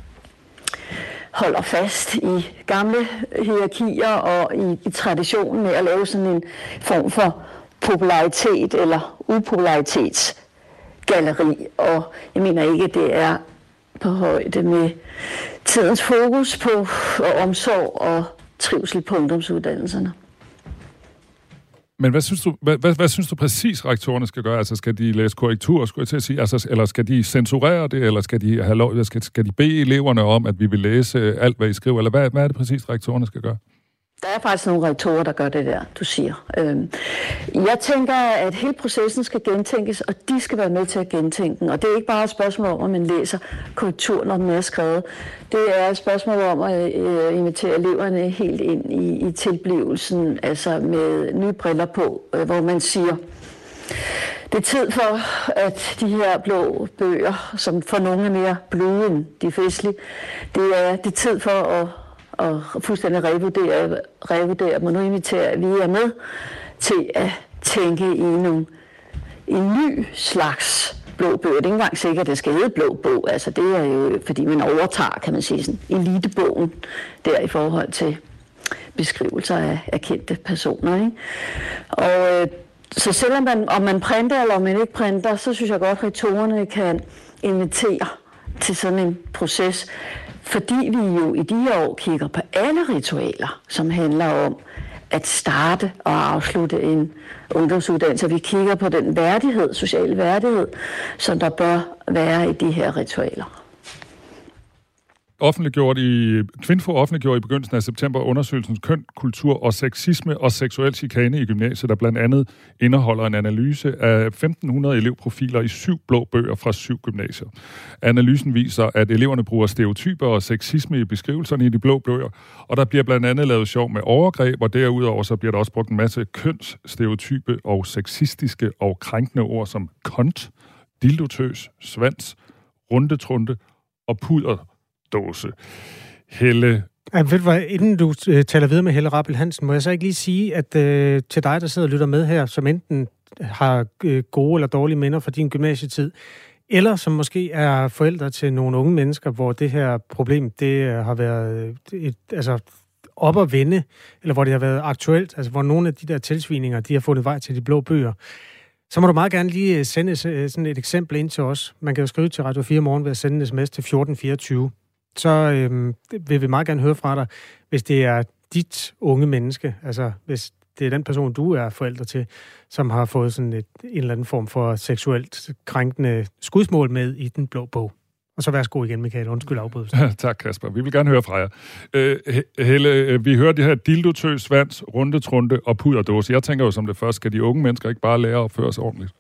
holder fast i gamle hierarkier og i, i traditionen med at lave sådan en form for popularitet eller upopularitetsgalleri. Og jeg mener ikke, at det er på højde med tidens fokus på og omsorg og trivsel på ungdomsuddannelserne. Men hvad synes du, hvad, hvad, hvad synes du præcis, rektorerne skal gøre? Altså, skal de læse korrektur, skulle jeg til at sige? Altså, eller skal de censurere det, eller skal de, have lov, skal, skal de bede eleverne om, at vi vil læse alt, hvad I skriver? Eller hvad, hvad er det præcis, rektorerne skal gøre? Der er faktisk nogle rektorer, der gør det der, du siger. Jeg tænker, at hele processen skal gentænkes, og de skal være med til at gentænke den. Og det er ikke bare et spørgsmål om, at man læser korrektur, når den er skrevet. Det er et spørgsmål om at invitere eleverne helt ind i, i tilblivelsen, altså med nye briller på, hvor man siger, det er tid for, at de her blå bøger, som for nogle er mere blue end de festlige, det er, det er tid for at og fuldstændig revurdere, revurdere men nu inviterer vi er med til at tænke i nogle, en ny slags blå bøger. Det er ikke engang sikkert, at det skal hedde blå bog. Altså, det er jo, fordi man overtager, kan man sige, sådan elitebogen der i forhold til beskrivelser af, af kendte personer. Ikke? Og så selvom man, om man printer eller om man ikke printer, så synes jeg godt, at rektorerne kan invitere til sådan en proces, fordi vi jo i de her år kigger på alle ritualer, som handler om at starte og afslutte en ungdomsuddannelse. Vi kigger på den værdighed, social værdighed, som der bør være i de her ritualer. offentliggjort i, Kvinfo offentliggjorde i begyndelsen af september undersøgelsen Køn, kultur og sexisme og seksuel chikane i gymnasiet, der blandt andet indeholder en analyse af femten hundrede elevprofiler i syv blå bøger fra syv gymnasier. Analysen viser, at eleverne bruger stereotyper og sexisme i beskrivelserne i de blå bøger, og der bliver blandt andet lavet sjov med overgreb, og derudover så bliver der også brugt en masse kønsstereotype og sexistiske og krænkende ord som kont, dildotøs, svans, rundetrunde og puderdåse. Helle... Ja, ved du hvad, inden du øh, taler videre med Helle Rappel Hansen, må jeg så ikke lige sige, at øh, til dig, der sidder og lytter med her, som enten har øh, gode eller dårlige minder fra din gymnasietid, eller som måske er forældre til nogle unge mennesker, hvor det her problem, det øh, har været et, altså, op at vende, eller hvor det har været aktuelt, altså hvor nogle af de der tilsvininger, de har fundet vej til de blå bøger, så må du meget gerne lige sende sådan et eksempel ind til os. Man kan jo skrive til Radio fire Morgen ved at sende en sms til fjorten fireogtyve. Så øhm, vil vi meget gerne høre fra dig, hvis det er dit unge menneske, altså hvis det er den person, du er forælder til, som har fået sådan et, en eller anden form for seksuelt krænkende skudsmål med i den blå bog. Og så værsgo igen, Michael. Undskyld afbrydelsen. Tak, Kasper. Vi vil gerne høre fra jer. Øh, Helle, vi hører de her dildotøs, svans, rundetrunde og puderdåse. Jeg tænker jo som det første, skal de unge mennesker ikke bare lære at opføre sig ordentligt?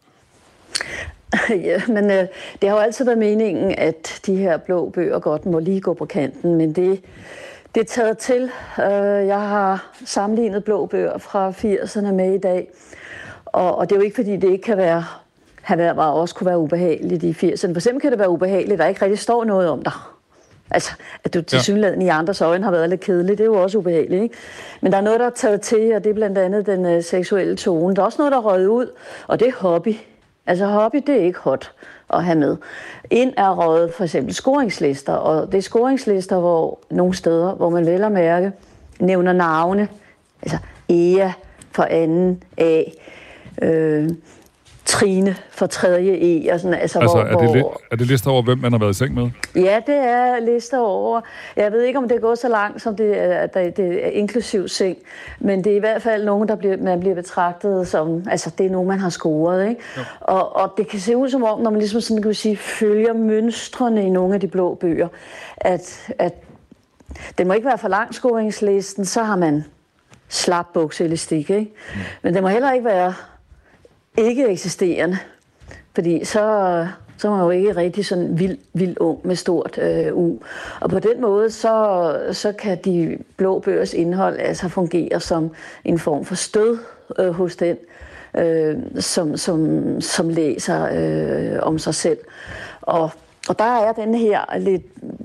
Ja, men øh, det har jo altid været meningen, at de her blå bøger godt må lige gå på kanten, men det, det er taget til. Øh, jeg har sammenlignet blå bøger fra firserne med i dag, og, og det er jo ikke, fordi det ikke kan være... Han var også kunne være ubehageligt i firserne. For eksempel kan det være ubehageligt, at der ikke rigtig står noget om dig. Altså, at du til synligheden i andres øjne har været lidt kedelig, det er jo også ubehageligt, ikke? Men der er noget, der er taget til, og det er blandt andet den uh, seksuelle tone. Der er også noget, der er røget ud, og det er hobby. Altså hobby, det er ikke hot at have med. Ind er røget for eksempel scoringslister, og det er scoringslister, hvor nogle steder, hvor man vel at mærke, nævner navne. Altså Ea for anden A. Øh, Trine for tredje E. Og sådan, altså, altså hvor, er, det, hvor... er det lister over, hvem man har været i seng med? Ja, det er lister over. Jeg ved ikke, om det går så langt, som det er, det er inklusiv seng, men det er i hvert fald nogen, der bliver, man bliver betragtet som, altså det er nogen, man har scoret, ikke? Ja. Og, og det kan se ud som om, når man ligesom sådan, kan man sige, følger mønstrene i nogle af de blå bøger, at, at den må ikke være for lang scoringslisten, så har man slap bukseelastik, ikke? Mm. Men det må heller ikke være ikke eksisterende, fordi så, så er man jo ikke rigtig sådan vild, vild ung med stort øh, U. Og på den måde, så, så kan de blå bøgers indhold altså fungere som en form for stød øh, hos den, øh, som, som, som læser øh, om sig selv. Og, og der er den her lidt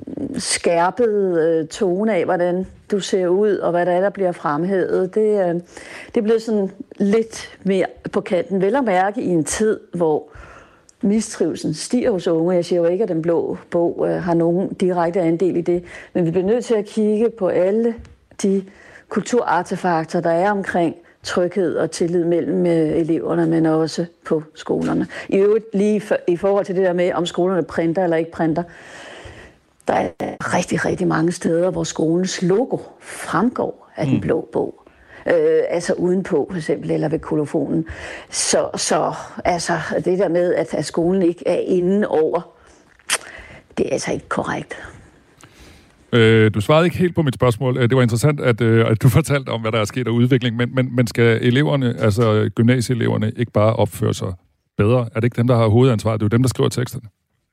skærpede øh, tone af, hvordan du ser ud, og hvad der er, der bliver fremhævet. Det, øh, det er blevet sådan lidt mere på kanten. Vel at mærke i en tid, hvor mistrivselen stiger hos unge. Jeg siger jo ikke, at den blå bog øh, har nogen direkte andel i det, men vi bliver nødt til at kigge på alle de kulturartefakter, der er omkring tryghed og tillid mellem eleverne, men også på skolerne. I øvrigt lige for, i forhold til det der med, om skolerne printer eller ikke printer, der er rigtig, rigtig mange steder, hvor skolens logo fremgår af den blå bog. Øh, altså udenpå, for eksempel, eller ved kolofonen. Så, så altså, det der med, at, at skolen ikke er inde over, det er altså ikke korrekt. Øh, du svarede ikke helt på mit spørgsmål. Det var interessant, at, øh, at du fortalte om, hvad der er sket af udvikling, men, men, men skal eleverne, altså gymnasieeleverne, ikke bare opføre sig bedre? Er det ikke dem, der har hovedansvaret? Det er jo dem, der skriver teksterne.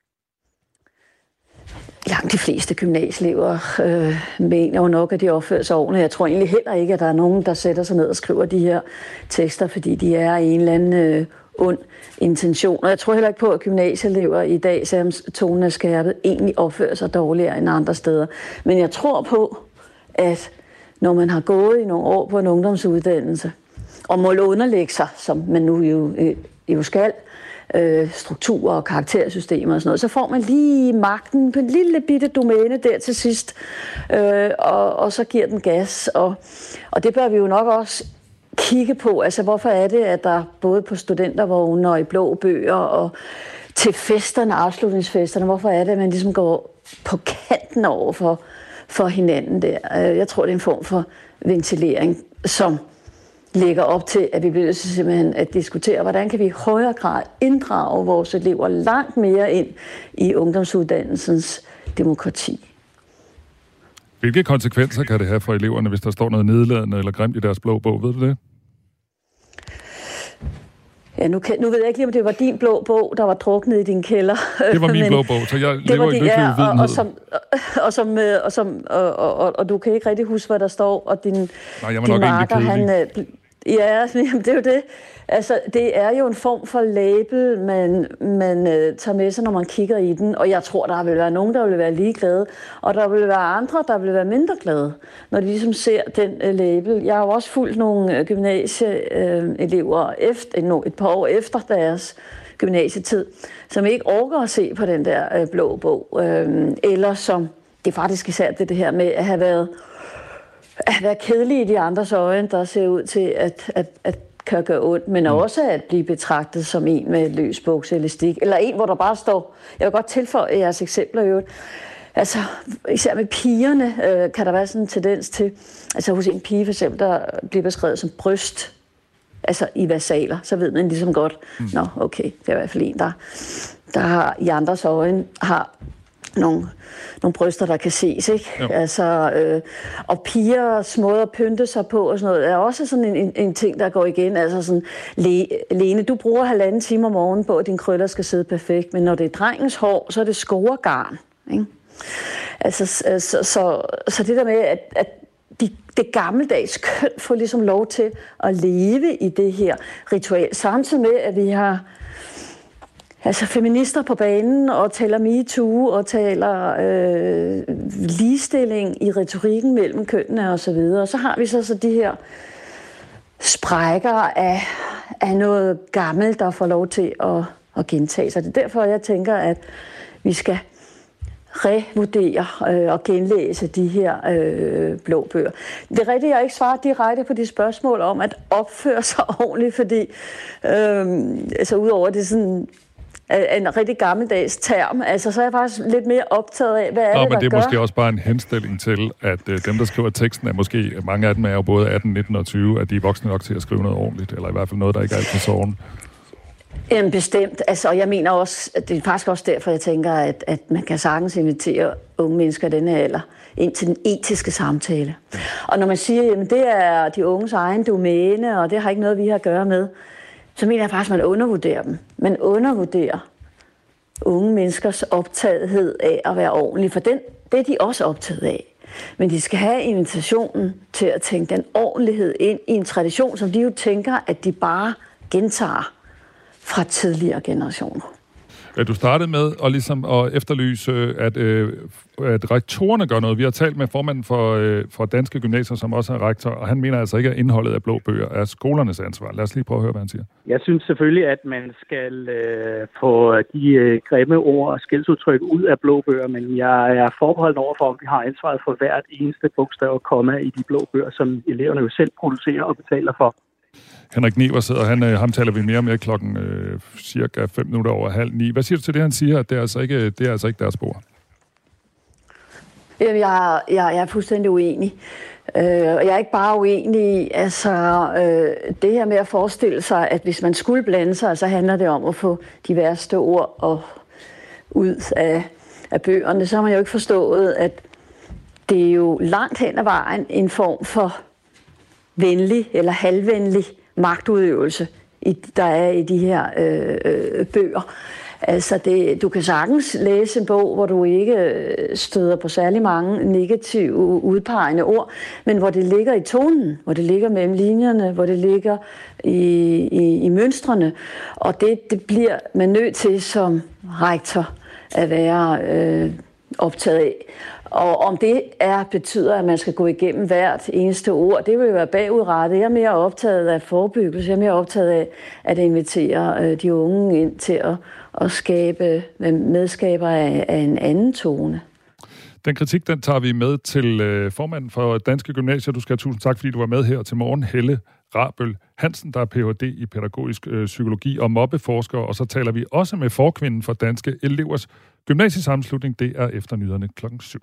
Langt de fleste gymnasieelever øh, mener jo nok, at de opfører sig ordentligt. Jeg tror egentlig heller ikke, at der er nogen, der sætter sig ned og skriver de her tekster, fordi de er i en eller anden øh, ond intention. Og jeg tror heller ikke på, at gymnasieelever i dag, selvom tonen er skærpet, egentlig opfører sig dårligere end andre steder. Men jeg tror på, at når man har gået i nogle år på en ungdomsuddannelse, og må underlægge sig, som man nu jo, øh, jo skal, øh, strukturer og karaktersystemer og sådan noget, så får man lige magten på en lille bitte domæne der til sidst, øh, og, og så giver den gas. Og, og det bør vi jo nok også kigge på. Altså, hvorfor er det, at der både på studentervogne og i blå bøger og til festerne, afslutningsfesterne, hvorfor er det, at man ligesom går på kanten over for, for hinanden der? Jeg tror, det er en form for ventilering, som lægger op til, at vi bliver simpelthen at diskutere, hvordan kan vi i højere grad inddrage vores elever langt mere ind i ungdomsuddannelsens demokrati. Hvilke konsekvenser kan det have for eleverne, hvis der står noget nedladende eller grimt i deres blå bog? Ved du det? Ja, nu, kan, nu ved jeg ikke lige, om det var din blå bog, der var druknet i din kælder. Det var min Men blå bog, så jeg det lever var i det, lykkelig ja, uvidenhed. og, og, som, og, som, og, som, og, og, og, og du kan ikke rigtig huske, hvad der står, og din, Nej, jeg var din nok marker, han... Ja, jamen, det er jo det. Altså, det er jo en form for label, man, man uh, tager med sig, når man kigger i den. Og jeg tror, der vil være nogen, der vil være ligeglade. Og der vil være andre, der vil være mindre glade, når de ligesom ser den uh, label. Jeg har jo også fulgt nogle uh, gymnasieelever uh, efter, uh, et par år efter deres gymnasietid, som ikke orker at se på den der uh, blå bog. Uh, eller som, det er faktisk især det, det her med at have været at være kedelig i de andres øjne, der ser ud til at, at, at kan gøre ondt, men mm. også at blive betragtet som en med løs bogselastik, eller en, hvor der bare står, jeg vil godt tilføje jeres eksempler i øvrigt, altså især med pigerne øh, kan der være sådan en tendens til, altså hos en pige for eksempel, der bliver beskrevet som bryst, altså i versaler, så ved man ligesom godt, mm. nå okay, det er i hvert fald en, der, der har i andres øjne har nogle, nogle bryster, der kan ses, ikke? Altså, øh, og pigers måde at pynte sig på og sådan noget, er også sådan en, en, en ting, der går igen. Altså sådan, Le, Lene, du bruger halvanden time om morgenen på, at din krøller skal sidde perfekt, men når det er drengens hår, så er det scoregarn, ikke? Altså, så, så, så det der med, at, at de, det gammeldags køn får ligesom lov til at leve i det her ritual, samtidig med, at vi har altså feminister på banen og taler MeToo og taler øh, ligestilling i retorikken mellem kønnene og så videre. Og så har vi så, så de her sprækker af, af noget gammelt, der får lov til at, at gentage sig. Det er derfor, jeg tænker, at vi skal revurdere øh, og genlæse de her øh, blå bøger. Det er rigtigt, jeg ikke svarer direkte på de spørgsmål om at opføre sig ordentligt, fordi øh, altså udover det sådan en rigtig gammeldags term. Altså, så er jeg faktisk lidt mere optaget af, hvad er Nå, det, men der det er gør? måske også bare en henstilling til, at øh, dem, der skriver teksten, er måske, mange af dem er jo både atten, nitten og tyve, at de er voksne nok til at skrive noget ordentligt, eller i hvert fald noget, der ikke er alt for såren. Jamen bestemt. Altså, og jeg mener også, at det er faktisk også derfor, jeg tænker, at, at man kan sagtens invitere unge mennesker i denne alder ind til den etiske samtale. Og når man siger, at det er de unges egen domæne, og det har ikke noget, vi har at gøre med, så mener jeg faktisk, at man undervurderer dem. Man undervurderer unge menneskers optagethed af at være ordentlig, for den, det er de også optaget af. Men de skal have invitationen til at tænke den ordentlighed ind i en tradition, som de jo tænker, at de bare gentager fra tidligere generationer. Du startede med at, ligesom at efterlyse, at, at rektorerne gør noget. Vi har talt med formanden for, for Danske Gymnasier, som også er rektor, og han mener altså ikke, at indholdet af blå bøger er skolernes ansvar. Lad os lige prøve at høre, hvad han siger. Jeg synes selvfølgelig, at man skal øh, få de øh, grimme ord og skældsudtryk ud af blå bøger, men jeg er forbeholden over for, om vi har ansvaret for hvert eneste bogstav og komma i de blå bøger, som eleverne jo selv producerer og betaler for. Henrik Niver sidder, han, ham taler vi mere med klokken øh, cirka fem minutter over halv ni. Hvad siger du til det, han siger, at det er altså ikke, det er altså ikke deres bord? Jeg, jeg, jeg er fuldstændig uenig. Øh, og jeg er ikke bare uenig i, altså øh, det her med at forestille sig, at hvis man skulle blande sig, så handler det om at få de værste ord og ud af, af bøgerne. Så har man jo ikke forstået, at det er jo langt hen ad vejen en form for venlig eller halvvenlig magtudøvelse, i, der er i de her øh, øh, bøger. Altså, det, du kan sagtens læse en bog, hvor du ikke støder på særlig mange negative, udpegende ord, men hvor det ligger i tonen, hvor det ligger mellem linjerne, hvor det ligger i, i, i mønstrene. Og det, det bliver man nødt til som rektor at være øh, optaget af. Og om det er, betyder, at man skal gå igennem hvert eneste ord, det vil jo være bagudrettet. Jeg er mere optaget af forebyggelse, jeg er mere optaget af at invitere de unge ind til at, at skabe medskaber af, af en anden tone. Den kritik, den tager vi med til øh, formanden for Danske Gymnasier. Du skal have tusind tak, fordi du var med her til morgen. Helle Rabøl Hansen, der er P H D i pædagogisk øh, psykologi og mobbeforsker, og så taler vi også med forkvinden for Danske Elevers Gymnasiesammenslutning. Det er efter nyhederne klokken syv.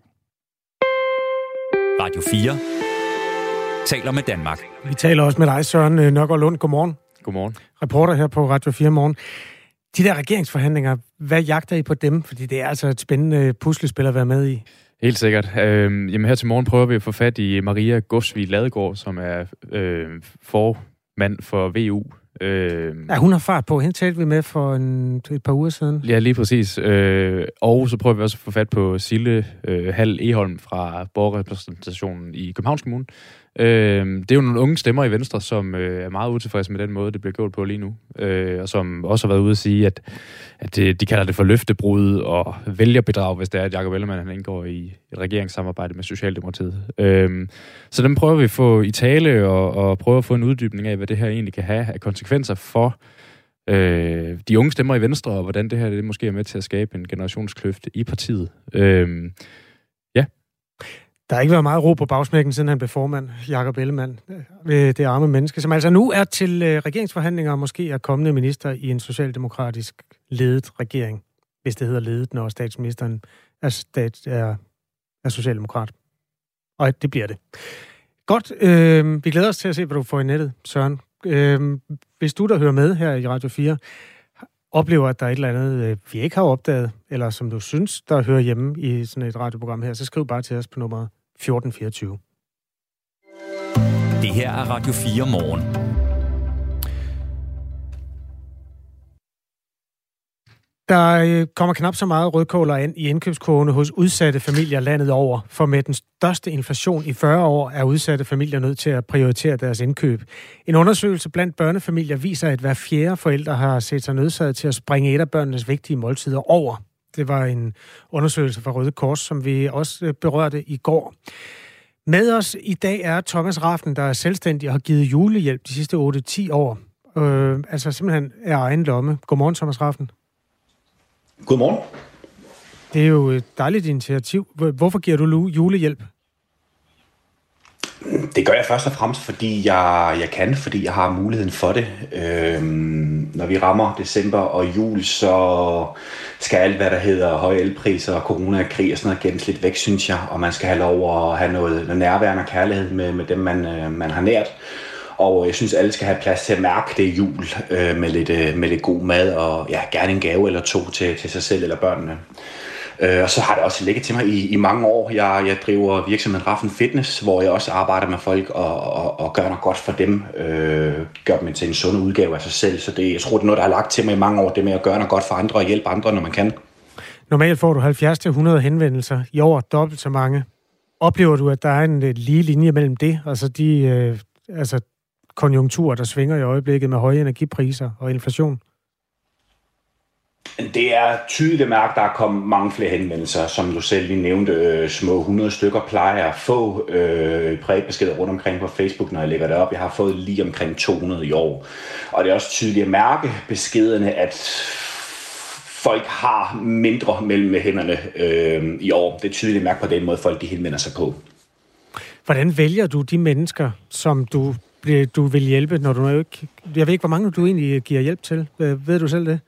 Radio fire taler med Danmark. Vi taler også med dig, Søren Nørgaard Lund. Godmorgen. Godmorgen. Reporter her på Radio fire Morgen. De der regeringsforhandlinger, hvad jagter I på dem? Fordi det er altså et spændende puslespil at være med i. Helt sikkert. Øh, jamen her til morgen prøver vi at få fat i Maria Gosvig Ladegaard, som er øh, formand for V U. Øh, ja, hun har fart på. Hende talte vi med for en, et par uger siden. Ja, lige præcis. Øh, og så prøver vi også at få fat på Sille øh, Hall Egholm fra borgerrepræsentationen i Københavns Kommune. Øh, det er jo nogle unge stemmer i Venstre, som øh, er meget utilfredse med den måde, det bliver gjort på lige nu. Øh, og som også har været ude at sige, at, at det, de kalder det for løftebrud og vælgerbedrag, hvis det er, at Jakob Ellemann han indgår i et regeringssamarbejde med Socialdemokratiet. Øh, så dem prøver vi at få i tale og, og prøve at få en uddybning af, hvad det her egentlig kan have af konsekvenser for øh, de unge stemmer i Venstre, og hvordan det her det måske er med til at skabe en generationskløft i partiet. Øh, ja. Der har ikke været meget ro på bagsmækken, siden han blev formand, Jakob Ellemann, det arme menneske, som altså nu er til regeringsforhandlinger og måske er kommende minister i en socialdemokratisk ledet regering, hvis det hedder ledet, når statsministeren er, stat, er, er socialdemokrat. Og det bliver det. Godt, øh, vi glæder os til at se, hvad du får i nettet, Søren. Øh, hvis du, der hører med her i Radio fire, oplever, at der er et eller andet, vi ikke har opdaget, eller som du synes, der hører hjemme i sådan et radioprogram her, så skriv bare til os på nummeret fjorten fireogtyve. Det her er Radio fire morgen. Der kommer knap så meget rødkåler ind i indkøbskurvene hos udsatte familier landet over, for med den største inflation i fyrre år er udsatte familier nødt til at prioritere deres indkøb. En undersøgelse blandt børnefamilier viser, at hver fjerde forælder har set sig nødsaget til at springe et af børnenes vigtige måltider over. Det var en undersøgelse fra Røde Kors, som vi også berørte i går. Med os i dag er Thomas Rafn, der er selvstændig og har givet julehjælp de sidste otte til ti år. Øh, altså simpelthen er egen lomme. Godmorgen, Thomas Rafn. Godmorgen. Det er jo et dejligt initiativ. Hvorfor giver du julehjælp? Det gør jeg først og fremmest, fordi jeg, jeg kan, fordi jeg har muligheden for det. Øhm, når vi rammer december og jul, så skal alt, hvad der hedder høje elpriser og coronakrig og sådan noget, gennes lidt væk, synes jeg. Og man skal have lov at have noget, noget nærværende og kærlighed med, med dem, man, øh, man har nært. Og jeg synes, alle skal have plads til at mærke det jul øh, med, lidt, øh, med lidt god mad og ja, gerne en gave eller to til, til sig selv eller børnene. Øh, og så har det også ligget til mig i, i mange år. Jeg, jeg driver virksomheden Rafn Fitness, hvor jeg også arbejder med folk og, og, og gør noget godt for dem. Øh, gør dem til en sund udgave af sig selv. Så det, jeg tror, det er noget, der har lagt til mig i mange år, det med at gøre noget godt for andre og hjælpe andre, når man kan. Normalt får du halvfjerds til hundrede henvendelser. I år dobbelt så mange. Oplever du, at der er en lige linje mellem det og så de øh, altså konjunkturer, der svinger i øjeblikket med høje energipriser og inflation? Det er tydeligt at mærke, at der er kommet mange flere henvendelser, som du selv lige nævnte. Øh, små hundrede stykker plejer jeg at få øh, prægbeskeder rundt omkring på Facebook, når jeg lægger det op. Jeg har fået lige omkring to hundrede i år. Og det er også tydeligt at mærke beskederne, at folk har mindre mellem hænderne øh, i år. Det er tydeligt at mærke på den måde, folk de henvender sig på. Hvordan vælger du de mennesker, som du, du vil hjælpe, når du ikke... Jeg ved ikke, hvor mange du egentlig giver hjælp til. Ved du selv det?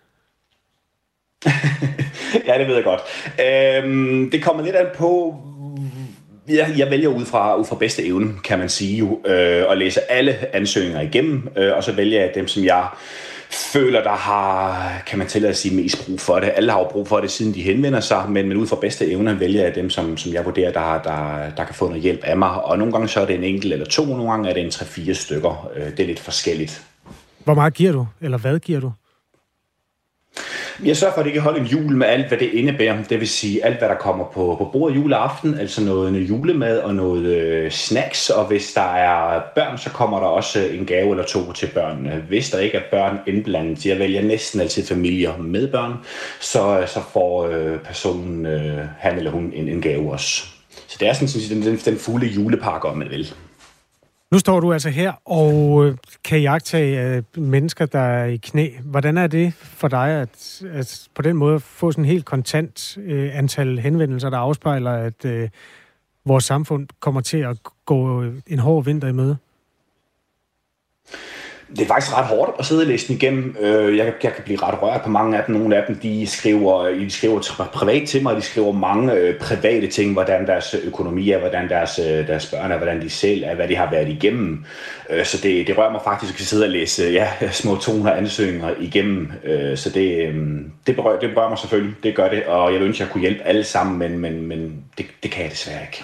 Ja, det ved jeg godt. Øhm, det kommer lidt an på... Jeg, jeg vælger ud fra, ud fra bedste evne, kan man sige jo, øh, og læser alle ansøgninger igennem, øh, og så vælger jeg dem, som jeg føler, der har, kan man tillade at sige, mest brug for det. Alle har jo brug for det, siden de henvender sig, men, men ud fra bedste evne vælger jeg dem, som, som jeg vurderer, der, der, der kan få noget hjælp af mig. Og nogle gange så er det en enkelt eller to, nogle gange er det en tre-fire stykker. Det er lidt forskelligt. Hvor meget giver du, eller hvad giver du? Jeg sørger for, at det kan holde en jul med alt, hvad det indebærer. Det vil sige alt, hvad der kommer på, på bordet juleaften, altså noget, noget julemad og noget øh, snacks. Og hvis der er børn, så kommer der også en gave eller to til børnene. Hvis der ikke er børn indblandet, jeg vælger næsten altid familier med børn, så, så får øh, personen, øh, han eller hun, en, en gave også. Så det er sådan den, den, den fulde julepakke, om man vil. Nu står du altså her og kan iagttage mennesker, der er i knæ. Hvordan er det for dig at, at på den måde få sådan en helt kontant øh, antal henvendelser, der afspejler, at øh, vores samfund kommer til at gå en hård vinter i møde? Det er faktisk ret hårdt at sidde og læse den igennem. Jeg, jeg kan blive ret rørt på mange af dem. Nogle af dem, de skriver, de skriver privat til mig, de skriver mange private ting, hvordan deres økonomi er, hvordan deres, deres børn er, hvordan de selv er, hvad de har været igennem. Så det, det rører mig faktisk at sidde og læse ja, små to hundrede ansøgninger igennem. Så det, det, berører, det berører mig selvfølgelig, det gør det, og jeg ønsker, at jeg kunne hjælpe alle sammen, men, men, men det, det kan jeg desværre ikke.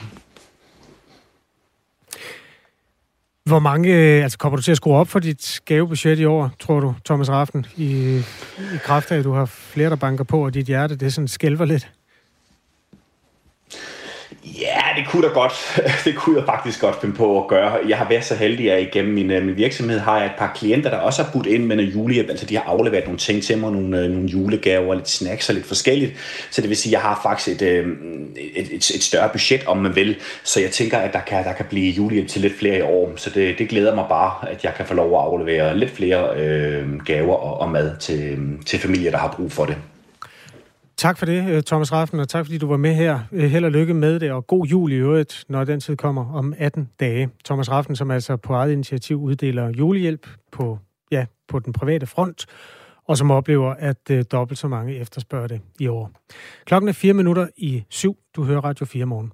Hvor mange, altså kommer du til at skrue op for dit gavebudget i år, tror du, Thomas Rafn, i, i kraft af, at du har flere, der banker på, og dit hjerte, det sådan skælver lidt? Ja, det kunne da godt. Det kunne jeg faktisk godt finde på at gøre. Jeg har været så heldig, at igennem min, min virksomhed har jeg et par klienter, der også har budt ind med noget julehjælp. Altså de har afleveret nogle ting til mig, nogle, nogle julegaver, lidt snacks og lidt forskelligt. Så det vil sige, at jeg har faktisk et, et, et, et større budget, om man vil. Så jeg tænker, at der kan, der kan blive julehjælp til lidt flere i år. Så det, det glæder mig bare, at jeg kan få lov at aflevere lidt flere øh, gaver og, og mad til, til familier, der har brug for det. Tak for det, Thomas Rafn, og tak fordi du var med her. Held og lykke med det, og god jul i øvrigt, når den tid kommer om atten dage. Thomas Rafn, som altså på eget initiativ uddeler julehjælp på, ja, på den private front, og som oplever, at uh, dobbelt så mange efterspørger det i år. Klokken er fire minutter i syv. Du hører Radio fire morgen.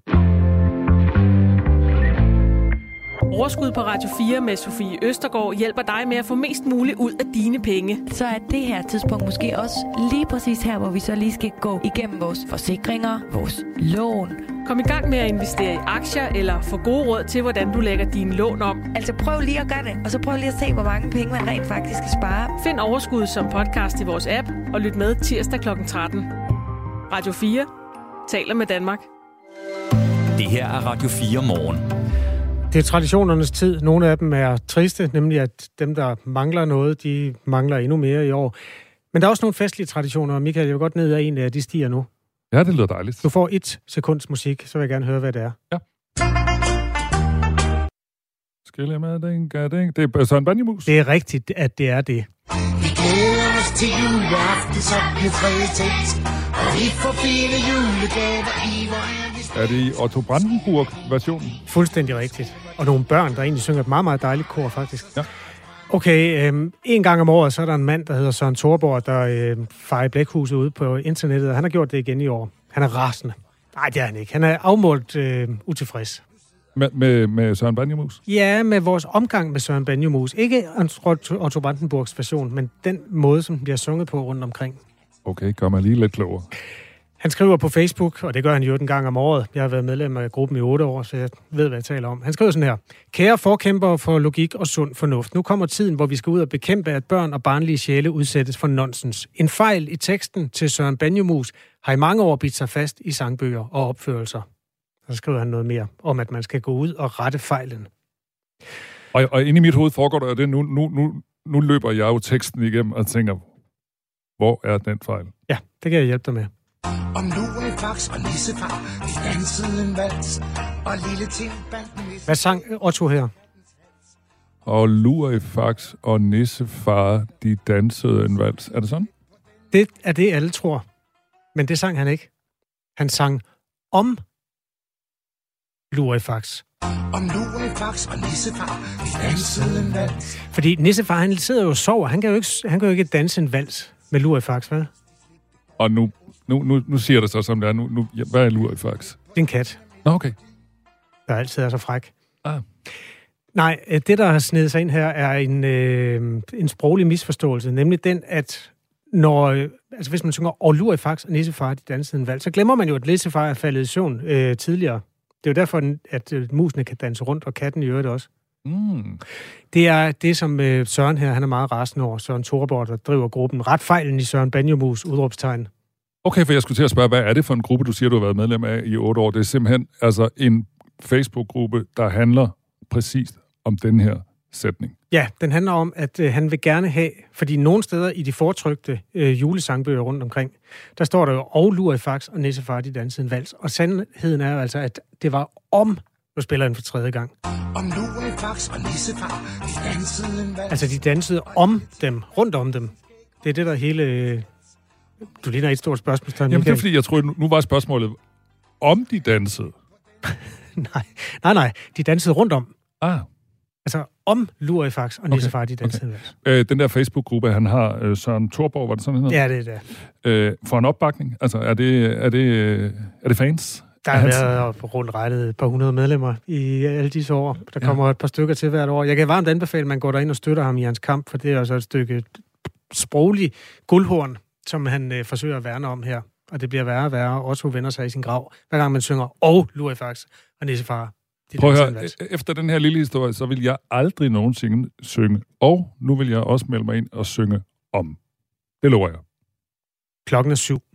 Overskud på Radio fire med Sofie Østergaard hjælper dig med at få mest muligt ud af dine penge. Så er det her tidspunkt måske også lige præcis her, hvor vi så lige skal gå igennem vores forsikringer, vores lån. Kom i gang med at investere i aktier eller få gode råd til, hvordan du lægger dine lån om. Altså prøv lige at gøre det, og så prøv lige at se, hvor mange penge man rent faktisk skal spare. Find Overskud som podcast i vores app og lyt med tirsdag klokken tretten. Radio fire taler med Danmark. Det her er Radio fire morgen. Det er traditionernes tid. Nogle af dem er triste, nemlig at dem, der mangler noget, de mangler endnu mere i år. Men der er også nogle festlige traditioner, og Michael, jeg vil godt ned af en af de stiger nu. Ja, det lyder dejligt. Du får et sekunds musik, så vil jeg gerne høre, hvad det er. Ja. Skille med den gading. Det er Søren Banjemus. Det er rigtigt, at det er det. Vi glæder os til juleaften, så bliver tredje tekst, og vi får fine julegaver i vores... Er det i Otto Brandenburg-versionen? Fuldstændig rigtigt. Og nogle børn, der egentlig synger et meget, meget dejligt kor, faktisk. Ja. Okay, øh, en gang om året, så er der en mand, der hedder Søren Thorborg, der øh, farer i blækhuset ude på internettet, og han har gjort det igen i år. Han er rasende. Nej, det er han ikke. Han er afmålt øh, utilfreds. Med, med, med Søren Banjemus? Ja, med vores omgang med Søren Banjemus. Ikke Otto Brandenburgs version, men den måde, som den bliver sunget på rundt omkring. Okay, gør mig lige lidt klogere. Han skriver på Facebook, og det gør han jo en gang om året. Jeg har været medlem af gruppen i otte år, så jeg ved, hvad jeg taler om. Han skriver sådan her. Kære forkæmpere for logik og sund fornuft. Nu kommer tiden, hvor vi skal ud og bekæmpe, at børn og barnlige sjæle udsættes for nonsens. En fejl i teksten til Søren Banjemus har i mange år bidt sig fast i sangbøger og opførelser. Så skriver han noget mere om, at man skal gå ud og rette fejlen. Og, og inde i mit hoved foregår der det, nu, nu, nu, nu løber jeg jo teksten igennem og tænker, hvor er den fejl? Ja, det kan jeg hjælpe dig med. Om lurifax og nissefar, de dansede en vals, og lille ting bandt... Hvad sang Otto her? Og lurifax og nissefar, de dansede en vals. Er det sådan? Det er det, alle tror. Men det sang han ikke. Han sang om lurifax. Om lurifax og nissefar, de dansede en vals. Fordi nissefar, han sidder jo og sover. Han kan jo ikke, han kan jo ikke danse en vals med lurifax, vel? Og nu... Nu, nu, nu siger det så, som det er. Nu, nu, hvad er lurifax? Det er en kat. Nå, okay. Der altid er så fræk. Ah. Nej, det, der har snedet sig ind her, er en, øh, en sproglig misforståelse. Nemlig den, at når... Øh, altså, hvis man synger og lurifax og nissefar, de dansede en vals, så glemmer man jo, at nissefar er faldet i søvn øh, tidligere. Det er jo derfor, at øh, musene kan danse rundt, og katten i øvrigt også. Mm. Det er det, som øh, Søren her, han er meget rasende over. Søren Thorborg, der driver gruppen. Ret fejlen i Søren Banjemus, udråbstegn. Okay, for jeg skulle til at spørge, hvad er det for en gruppe, du siger, du har været medlem af i otte år? Det er simpelthen altså en Facebook-gruppe, der handler præcis om den her sætning. Ja, den handler om, at øh, han vil gerne have, fordi nogle steder i de foretrykte øh, julesangbøger rundt omkring, der står der jo, og lurifax og nissefar, de dansede en vals. Og sandheden er jo altså, at det var om, nu spiller han for tredje gang. Om lurifax og nissefar, de dansede en vals. Altså, de dansede om dem, rundt om dem. Det er det, der hele... Øh, Du ligner et stort spørgsmål. Jamen, det er fordi, jeg tror, nu var spørgsmålet, om de dansede. nej, nej, nej. De dansede rundt om. Ah. Altså, om Lurifax og Nissefar, okay. de dansede okay. øh, Den der Facebook-gruppe, han har, øh, Søren Thorborg, var det sådan, han hedder? Ja, det er det. Øh, for en opbakning? Altså, er det, er det, øh, er det fans? Der har været rundt rettet et par hundrede medlemmer i alle disse år. Der kommer ja. et par stykker til hvert år. Jeg kan varmt anbefale, at man går derind og støtter ham i hans kamp, for det er også et stykke sproglig guldhorn, som han øh, forsøger at værne om her. Og det bliver værre og værre. Otto vender sig i sin grav, hver gang man synger og Lurifax og Nissefar. Prøv at høre, efter den her lille historie, så vil jeg aldrig nogensinde synge, og nu vil jeg også melde mig ind og synge om. Det lover jeg. Klokken er syv.